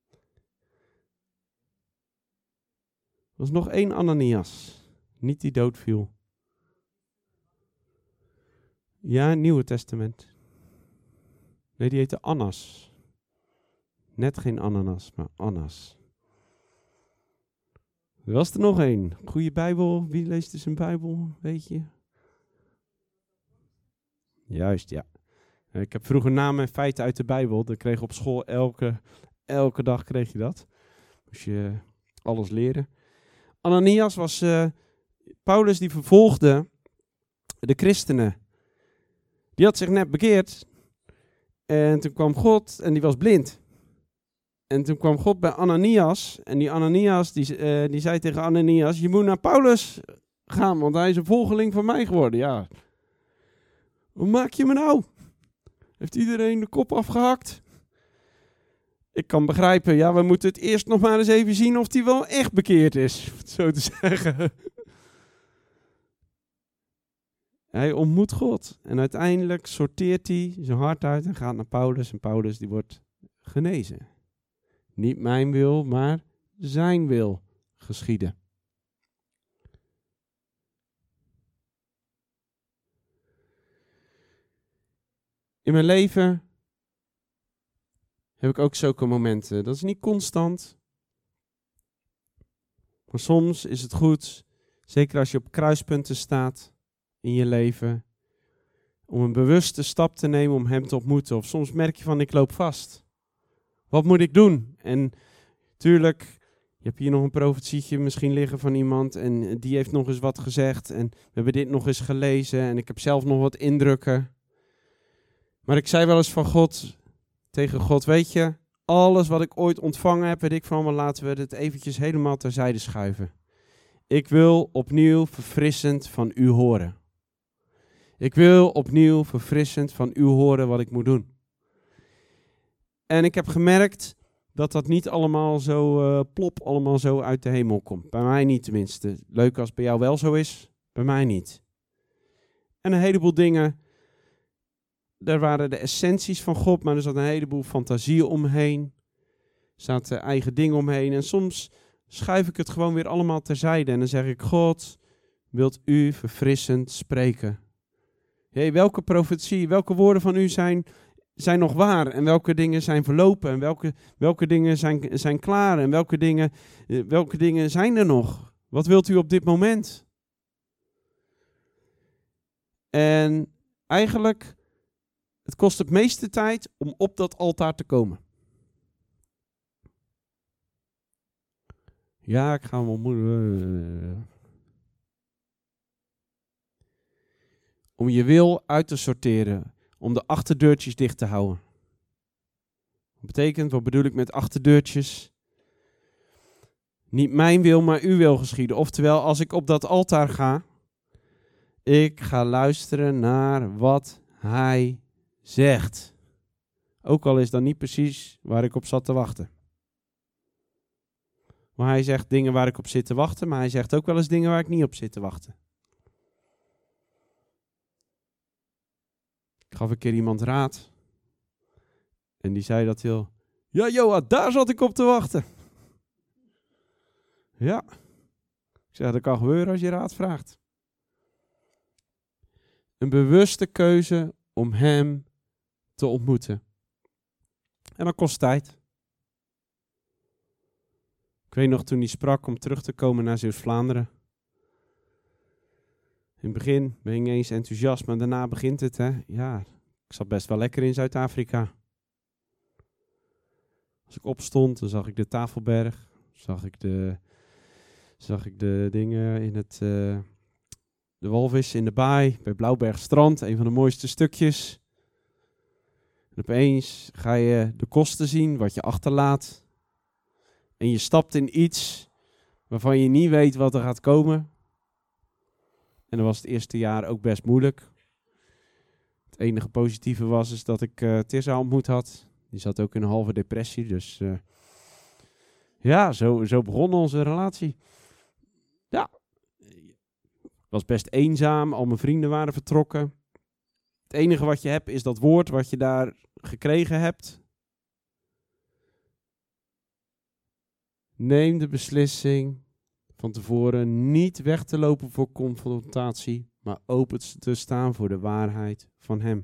Er was nog één Ananias, niet die doodviel. Ja, Nieuwe Testament. Nee, die heette Annas. Net geen ananas, maar Annas. Er was er nog één. Goeie Bijbel, wie leest dus een Bijbel, weet je? Juist, ja. Ik heb vroeger namen en feiten uit de Bijbel. Dat kreeg op school elke dag kreeg je dat. Moest je alles leren. Ananias was Paulus die vervolgde de christenen. Die had zich net bekeerd. En toen kwam God en die was blind. En toen kwam God bij Ananias. En die Ananias die zei tegen Ananias, je moet naar Paulus gaan, want hij is een volgeling van mij geworden. Ja. Hoe maak je me nou? Heeft iedereen de kop afgehakt? Ik kan begrijpen, ja, we moeten het eerst nog maar eens even zien of hij wel echt bekeerd is, om het zo te zeggen. Hij ontmoet God en uiteindelijk sorteert hij zijn hart uit en gaat naar Paulus. En Paulus die wordt genezen. Niet mijn wil, maar zijn wil geschieden. In mijn leven heb ik ook zulke momenten. Dat is niet constant. Maar soms is het goed, zeker als je op kruispunten staat in je leven, om een bewuste stap te nemen om hem te ontmoeten. Of soms merk je van, ik loop vast. Wat moet ik doen? En tuurlijk, je hebt hier nog een profetietje misschien liggen van iemand en die heeft nog eens wat gezegd. En we hebben dit nog eens gelezen en ik heb zelf nog wat indrukken. Maar ik zei wel eens van God, tegen God, weet je, alles wat ik ooit ontvangen heb, weet ik van, maar laten we het eventjes helemaal terzijde schuiven. Ik wil opnieuw verfrissend van u horen. Ik wil opnieuw verfrissend van u horen wat ik moet doen. En ik heb gemerkt dat dat niet allemaal zo plop, allemaal zo uit de hemel komt. Bij mij niet tenminste. Leuk als het bij jou wel zo is, bij mij niet. En een heleboel dingen, daar waren de essenties van God, maar er zat een heleboel fantasie omheen. Er zaten eigen dingen omheen. En soms schuif ik het gewoon weer allemaal terzijde. En dan zeg ik, God, wilt u verfrissend spreken? Hey, welke profetie, welke woorden van u zijn nog waar? En welke dingen zijn verlopen? En welke dingen zijn klaar? En welke dingen zijn er nog? Wat wilt u op dit moment? En eigenlijk, het kost het meeste tijd om op dat altaar te komen. Ja, ik ga hem ontmoeten. Om je wil uit te sorteren. Om de achterdeurtjes dicht te houden. Dat betekent, wat bedoel ik met achterdeurtjes? Niet mijn wil, maar uw wil geschieden. Oftewel, als ik op dat altaar ga, ik ga luisteren naar wat hij zegt. Ook al is dat niet precies waar ik op zat te wachten. Maar hij zegt dingen waar ik op zit te wachten, maar hij zegt ook wel eens dingen waar ik niet op zit te wachten. Ik gaf een keer iemand raad. En die zei dat heel... Ja, Joa, daar zat ik op te wachten. Ja. Ik zeg, dat kan gebeuren als je raad vraagt. Een bewuste keuze om hem te ontmoeten. En dat kost tijd. Ik weet nog toen hij sprak om terug te komen naar Zeeuws-Vlaanderen. In het begin ben je niet eens enthousiast, maar daarna begint het. Hè? Ja, ik zat best wel lekker in Zuid-Afrika. Als ik opstond, dan zag ik de Tafelberg. Zag ik de dingen in het... de walvis in de baai bij Blauwbergstrand. Een van de mooiste stukjes. En opeens ga je de kosten zien, wat je achterlaat. En je stapt in iets waarvan je niet weet wat er gaat komen. En dat was het eerste jaar ook best moeilijk. Het enige positieve was is dat ik Tissa ontmoet had. Die zat ook in een halve depressie. Dus ja, zo begon onze relatie. Ja, het was best eenzaam. Al mijn vrienden waren vertrokken. Het enige wat je hebt is dat woord wat je daar gekregen hebt. Neem de beslissing van tevoren niet weg te lopen voor confrontatie, maar open te staan voor de waarheid van hem.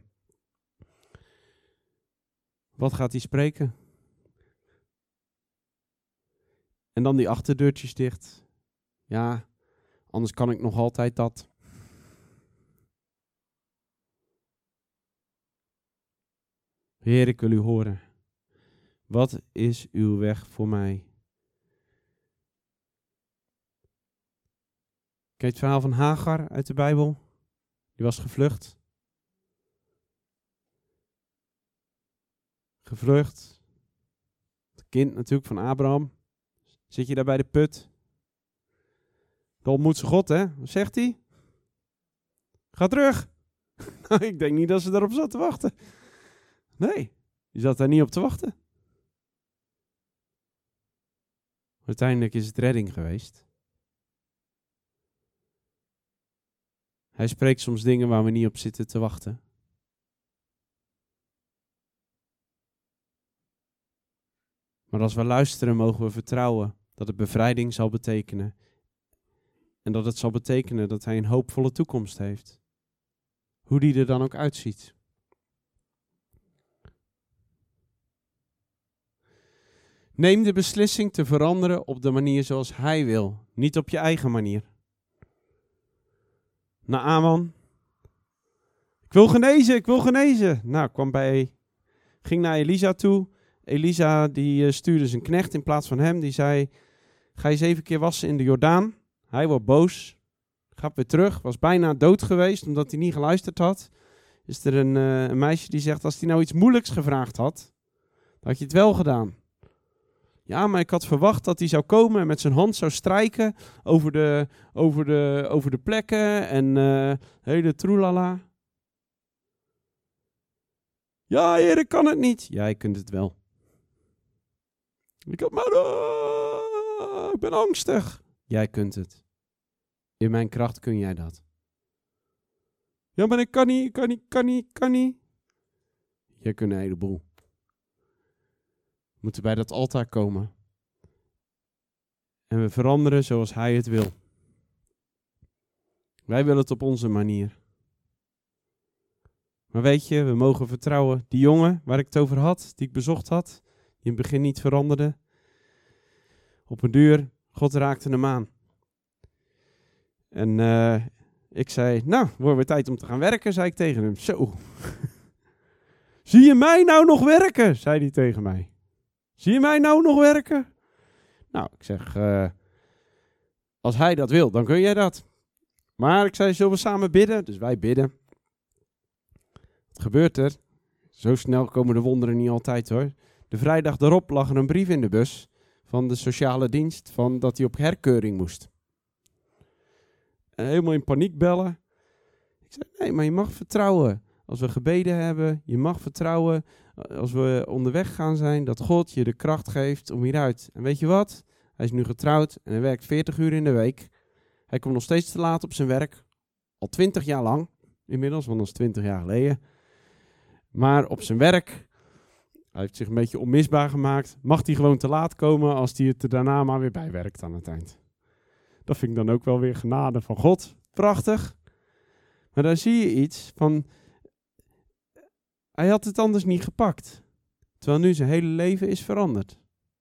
Wat gaat hij spreken? En dan die achterdeurtjes dicht. Ja, anders kan ik nog altijd dat. Heer, ik wil u horen. Wat is uw weg voor mij? Ken je het verhaal van Hagar uit de Bijbel? Die was gevlucht. Gevlucht. Het kind natuurlijk van Abraham. Zit je daar bij de put? Dan ontmoet ze God, hè? Wat zegt hij? Ga terug. Ik denk niet dat ze daarop zat te wachten. Nee, je zat daar niet op te wachten. Uiteindelijk is het redding geweest. Hij spreekt soms dingen waar we niet op zitten te wachten. Maar als we luisteren, mogen we vertrouwen dat het bevrijding zal betekenen. En dat het zal betekenen dat hij een hoopvolle toekomst heeft. Hoe die er dan ook uitziet. Neem de beslissing te veranderen op de manier zoals hij wil. Niet op je eigen manier. Naaman. Ik wil genezen. Nou, ging naar Elisa toe. Elisa die stuurde zijn knecht in plaats van hem. Die zei, ga je 7 keer wassen in de Jordaan. Hij wordt boos. Gaat weer terug. Was bijna dood geweest omdat hij niet geluisterd had. Is er een meisje die zegt, als hij nou iets moeilijks gevraagd had, dan had je het wel gedaan. Ja, maar ik had verwacht dat hij zou komen en met zijn hand zou strijken over de plekken en hele troelala. Ja, heer, ik kan het niet. Ja, je kunt het wel. Ik ben angstig. Jij kunt het. In mijn kracht kun jij dat. Ja, maar ik kan niet. Jij kunt een heleboel. We moeten bij dat altaar komen. En we veranderen zoals hij het wil. Wij willen het op onze manier. Maar weet je, we mogen vertrouwen. Die jongen waar ik het over had, die ik bezocht had, die in het begin niet veranderde. Op een duur, God raakte hem aan. En ik zei, nou, wordt weer tijd om te gaan werken, zei ik tegen hem. Zo. Zie je mij nou nog werken, zei hij tegen mij. Zie je mij nou nog werken? Nou, ik zeg, als hij dat wil, dan kun jij dat. Maar ik zei, zullen we samen bidden? Dus wij bidden. Wat gebeurt er? Zo snel komen de wonderen niet altijd hoor. De vrijdag daarop lag er een brief in de bus van de sociale dienst van dat hij op herkeuring moest. En helemaal in paniek bellen. Ik zei, nee, maar je mag vertrouwen. Als we gebeden hebben, je mag vertrouwen als we onderweg gaan zijn, dat God je de kracht geeft om hieruit. En weet je wat? Hij is nu getrouwd en hij werkt 40 uur in de week. Hij komt nog steeds te laat op zijn werk. Al 20 jaar lang. Inmiddels, want dat is 20 jaar geleden. Maar op zijn werk, hij heeft zich een beetje onmisbaar gemaakt. Mag hij gewoon te laat komen als hij het er daarna maar weer bijwerkt aan het eind. Dat vind ik dan ook wel weer genade van God. Prachtig. Maar daar zie je iets van, hij had het anders niet gepakt. Terwijl nu zijn hele leven is veranderd.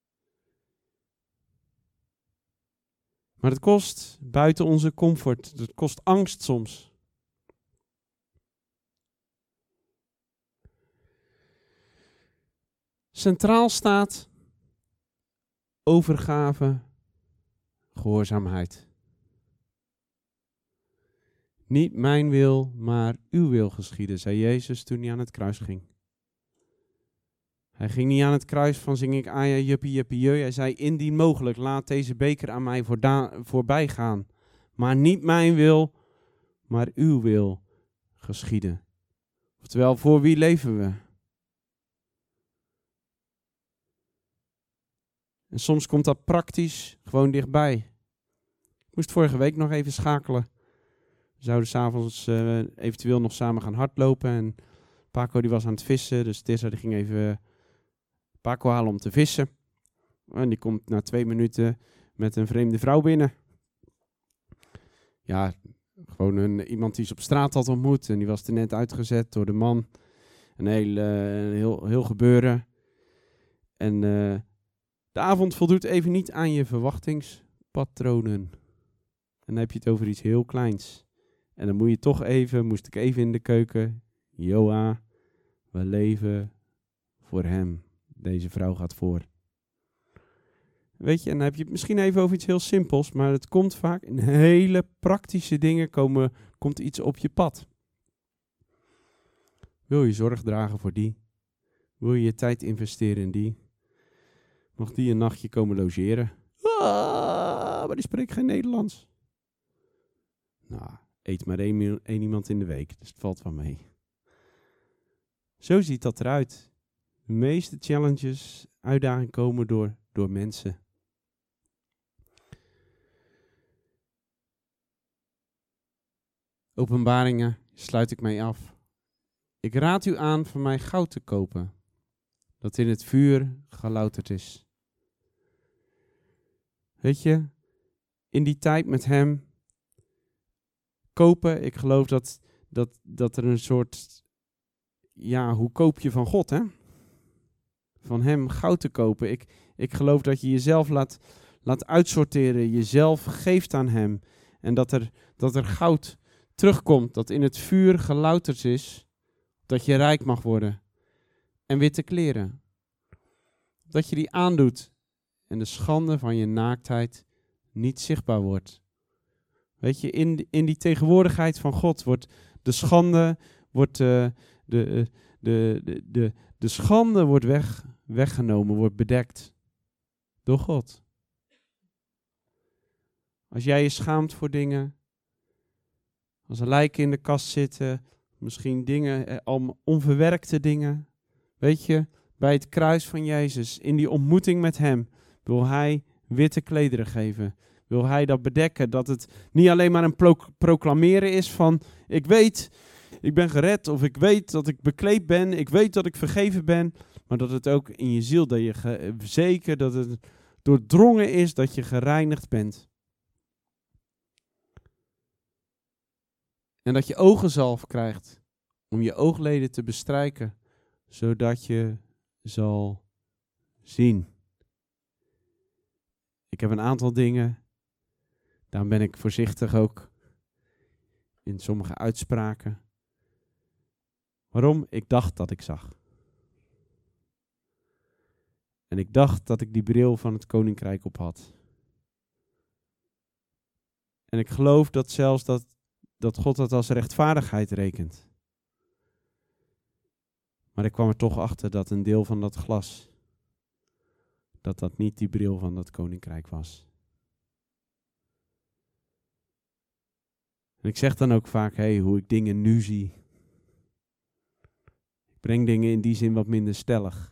Maar het kost buiten onze comfort. Het kost angst soms. Centraal staat overgave, gehoorzaamheid. Niet mijn wil, maar uw wil geschieden, zei Jezus toen hij aan het kruis ging. Hij ging niet aan het kruis van zing ik aja juppie juppie jeu. Hij zei indien mogelijk laat deze beker aan mij voorbij gaan. Maar niet mijn wil, maar uw wil geschieden. Oftewel, voor wie leven we? En soms komt dat praktisch gewoon dichtbij. Ik moest vorige week nog even schakelen. We zouden 's avonds eventueel nog samen gaan hardlopen. En Paco die was aan het vissen, dus Tessa die ging even Paco halen om te vissen. En die komt na 2 minuten met een vreemde vrouw binnen. Ja, gewoon iemand die ze op straat had ontmoet. En die was er net uitgezet door de man. Een heel gebeuren. En de avond voldoet even niet aan je verwachtingspatronen. En dan heb je het over iets heel kleins. En dan moest ik even in de keuken. Joa, we leven voor hem. Deze vrouw gaat voor. Weet je, en dan heb je het misschien even over iets heel simpels, maar het komt vaak in hele praktische dingen komt iets op je pad. Wil je zorg dragen voor die? Wil je je tijd investeren in die? Mag die een nachtje komen logeren? Maar die spreekt geen Nederlands. Nou, eet maar één iemand in de week, dus het valt wel mee. Zo ziet dat eruit. De meeste challenges, uitdagingen komen door mensen. Openbaringen sluit ik mee af. Ik raad u aan van mij goud te kopen, dat in het vuur gelouterd is. Weet je, in die tijd met hem kopen, ik geloof dat er een soort, hoe koop je van God, hè? Van hem goud te kopen. Ik geloof dat je jezelf laat uitsorteren, jezelf geeft aan hem. En dat er goud terugkomt, dat in het vuur gelouterd is, dat je rijk mag worden. En witte kleren. Dat je die aandoet en de schande van je naaktheid niet zichtbaar wordt. Weet je, in die tegenwoordigheid van God wordt de schande, de schande wordt weggenomen, wordt bedekt door God. Als jij je schaamt voor dingen, als er lijken in de kast zitten, misschien dingen, al onverwerkte dingen, weet je, bij het kruis van Jezus, in die ontmoeting met hem, wil hij witte klederen geven. Wil hij dat bedekken, dat het niet alleen maar een proclameren is van, ik weet, ik ben gered, of ik weet dat ik bekleed ben, ik weet dat ik vergeven ben, maar dat het ook in je ziel, dat je zeker dat het doordrongen is, dat je gereinigd bent. En dat je ogenzalf krijgt om je oogleden te bestrijken, zodat je zal zien. Ik heb een aantal dingen, daarom ben ik voorzichtig ook in sommige uitspraken. Waarom? Ik dacht dat ik zag. En ik dacht dat ik die bril van het koninkrijk op had. En ik geloof dat zelfs dat God dat als rechtvaardigheid rekent. Maar ik kwam er toch achter dat een deel van dat glas, dat niet die bril van dat koninkrijk was. En ik zeg dan ook vaak, hoe ik dingen nu zie. Ik breng dingen in die zin wat minder stellig.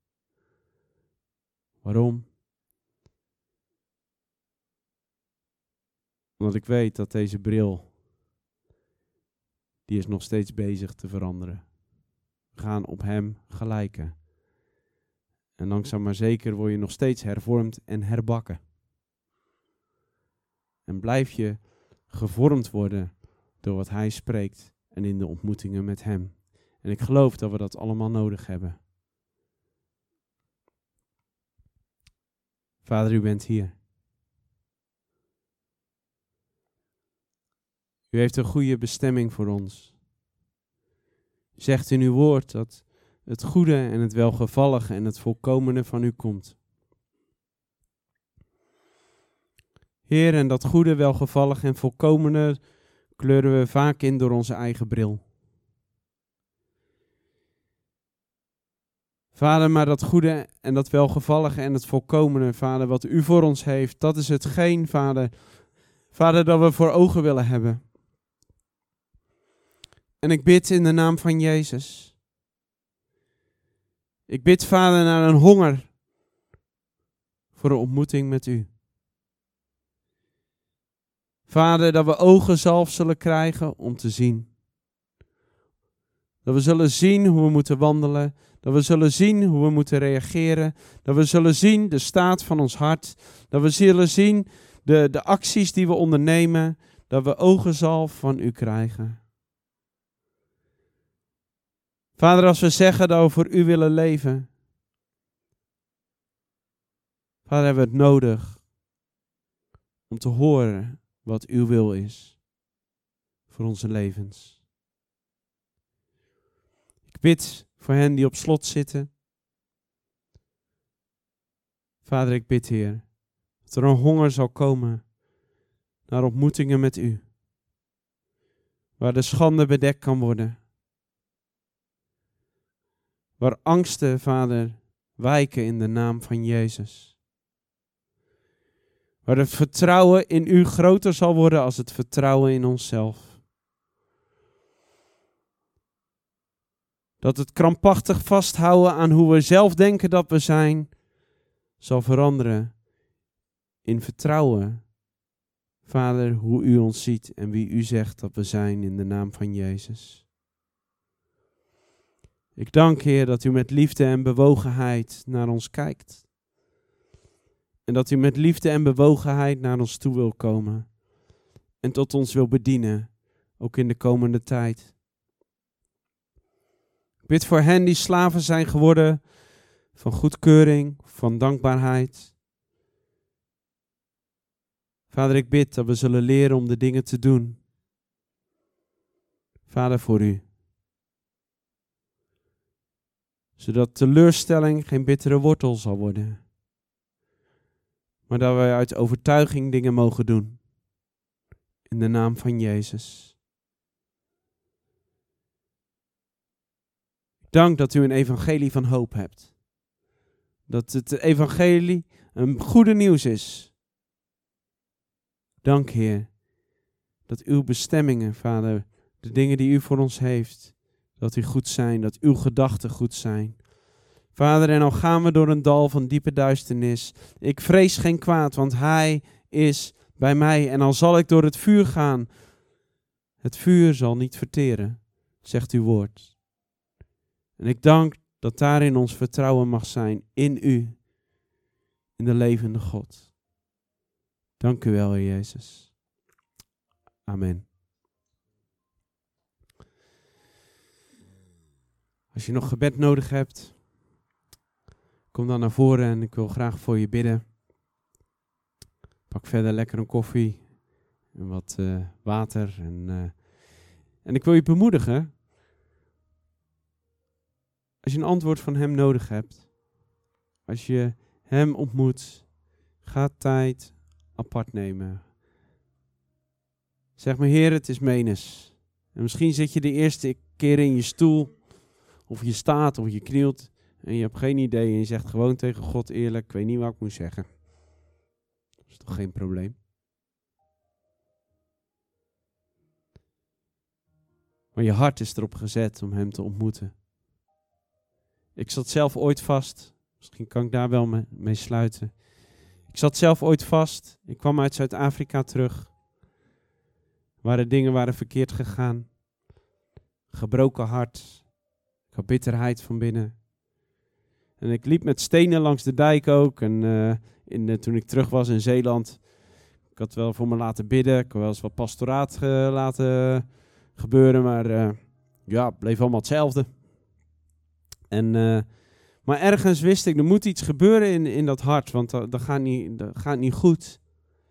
Waarom? Omdat ik weet dat deze bril, die is nog steeds bezig te veranderen. We gaan op hem gelijken. En langzaam maar zeker word je nog steeds hervormd en herbakken. En blijf je gevormd worden door wat hij spreekt en in de ontmoetingen met hem. En ik geloof dat we dat allemaal nodig hebben. Vader, u bent hier. U heeft een goede bestemming voor ons. U zegt in uw woord dat het goede en het welgevallige en het volkomene van u komt. Heer, en dat goede, welgevallige en volkomene kleuren we vaak in door onze eigen bril. Vader, maar dat goede en dat welgevallige en het volkomene, Vader, wat u voor ons heeft, dat is hetgeen, Vader, dat we voor ogen willen hebben. En ik bid in de naam van Jezus. Ik bid, Vader, naar een honger voor een ontmoeting met u. Vader, dat we ogenzalf zullen krijgen om te zien. Dat we zullen zien hoe we moeten wandelen. Dat we zullen zien hoe we moeten reageren. Dat we zullen zien de staat van ons hart. Dat we zullen zien de acties die we ondernemen. Dat we ogenzalf van u krijgen. Vader, als we zeggen dat we voor u willen leven. Vader, hebben we het nodig om te horen wat uw wil is voor onze levens. Ik bid voor hen die op slot zitten. Vader, ik bid, Heer, dat er een honger zal komen naar ontmoetingen met u. Waar de schande bedekt kan worden. Waar angsten, Vader, wijken in de naam van Jezus. Waar het vertrouwen in u groter zal worden als het vertrouwen in onszelf. Dat het krampachtig vasthouden aan hoe we zelf denken dat we zijn, zal veranderen in vertrouwen. Vader, hoe u ons ziet en wie u zegt dat we zijn in de naam van Jezus. Ik dank, Heer, dat u met liefde en bewogenheid naar ons kijkt. En dat u met liefde en bewogenheid naar ons toe wil komen. En tot ons wil bedienen, ook in de komende tijd. Ik bid voor hen die slaven zijn geworden van goedkeuring, van dankbaarheid. Vader, ik bid dat we zullen leren om de dingen te doen. Vader, voor u. Zodat teleurstelling geen bittere wortel zal worden. Maar dat wij uit overtuiging dingen mogen doen. In de naam van Jezus. Ik dank dat u een evangelie van hoop hebt. Dat het evangelie een goede nieuws is. Dank, Heer, dat uw bestemmingen, Vader, de dingen die u voor ons heeft, dat die goed zijn, dat uw gedachten goed zijn. Vader, en al gaan we door een dal van diepe duisternis, ik vrees geen kwaad, want hij is bij mij. En al zal ik door het vuur gaan, het vuur zal niet verteren, zegt uw woord. En ik dank dat daarin ons vertrouwen mag zijn in u, in de levende God. Dank u wel, Heer Jezus. Amen. Als je nog gebed nodig hebt, kom dan naar voren en ik wil graag voor je bidden. Pak verder lekker een koffie en wat water. En ik wil je bemoedigen. Als je een antwoord van hem nodig hebt, als je hem ontmoet, ga tijd apart nemen. Zeg maar, Heer, het is menens. En misschien zit je de eerste keer in je stoel, of je staat, of je knielt, en je hebt geen idee en je zegt gewoon tegen God eerlijk, ik weet niet wat ik moet zeggen. Dat is toch geen probleem? Maar je hart is erop gezet om hem te ontmoeten. Ik zat zelf ooit vast, misschien kan ik daar wel mee sluiten. Ik zat zelf ooit vast, ik kwam uit Zuid-Afrika terug, waar dingen waren verkeerd gegaan. Gebroken hart, ik had bitterheid van binnen. En ik liep met stenen langs de dijk ook. En toen ik terug was in Zeeland, ik had wel voor me laten bidden. Ik had wel eens wat pastoraat laten gebeuren, maar het bleef allemaal hetzelfde. Maar ergens wist ik, er moet iets gebeuren in dat hart, want dat gaat niet goed.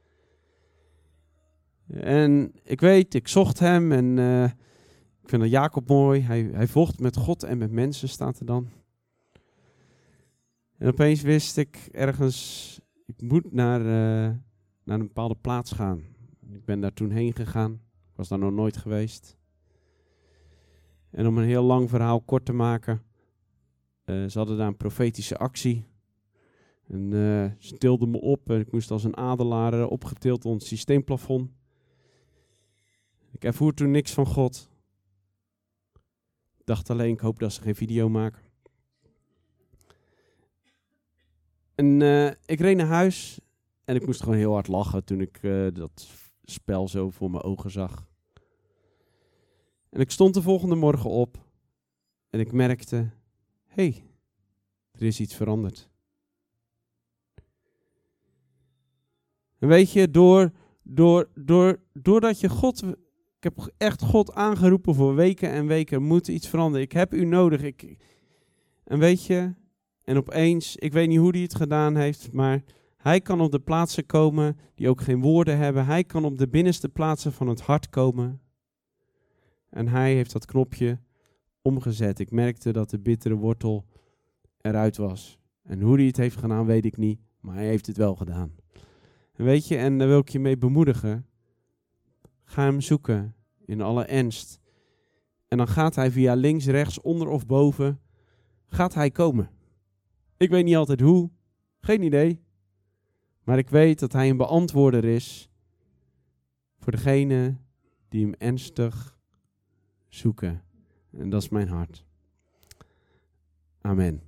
En ik weet, ik zocht hem en ik vind dat Jacob mooi. Hij vocht met God en met mensen, staat er dan. En opeens wist ik ergens, ik moet naar een bepaalde plaats gaan. Ik ben daar toen heen gegaan. Ik was daar nog nooit geweest. En om een heel lang verhaal kort te maken, ze hadden daar een profetische actie. En ze tilden me op en ik moest als een adelaar opgetild onder het systeemplafond. Ik ervoer toen niks van God. Ik dacht alleen, ik hoop dat ze geen video maken. En ik reed naar huis en ik moest gewoon heel hard lachen toen ik dat spel zo voor mijn ogen zag. En ik stond de volgende morgen op en ik merkte, hé, er is iets veranderd. En weet je, doordat je God, ik heb echt God aangeroepen voor weken en weken, moet iets veranderen. Ik heb u nodig. En weet je, en opeens, ik weet niet hoe hij het gedaan heeft, maar hij kan op de plaatsen komen die ook geen woorden hebben. Hij kan op de binnenste plaatsen van het hart komen. En hij heeft dat knopje omgezet. Ik merkte dat de bittere wortel eruit was. En hoe hij het heeft gedaan, weet ik niet, maar hij heeft het wel gedaan. En weet je, en daar wil ik je mee bemoedigen. Ga hem zoeken, in alle ernst. En dan gaat hij via links, rechts, onder of boven, gaat hij komen. Ik weet niet altijd hoe, geen idee. Maar ik weet dat hij een beantwoorder is voor degene die hem ernstig zoeken. En dat is mijn hart. Amen.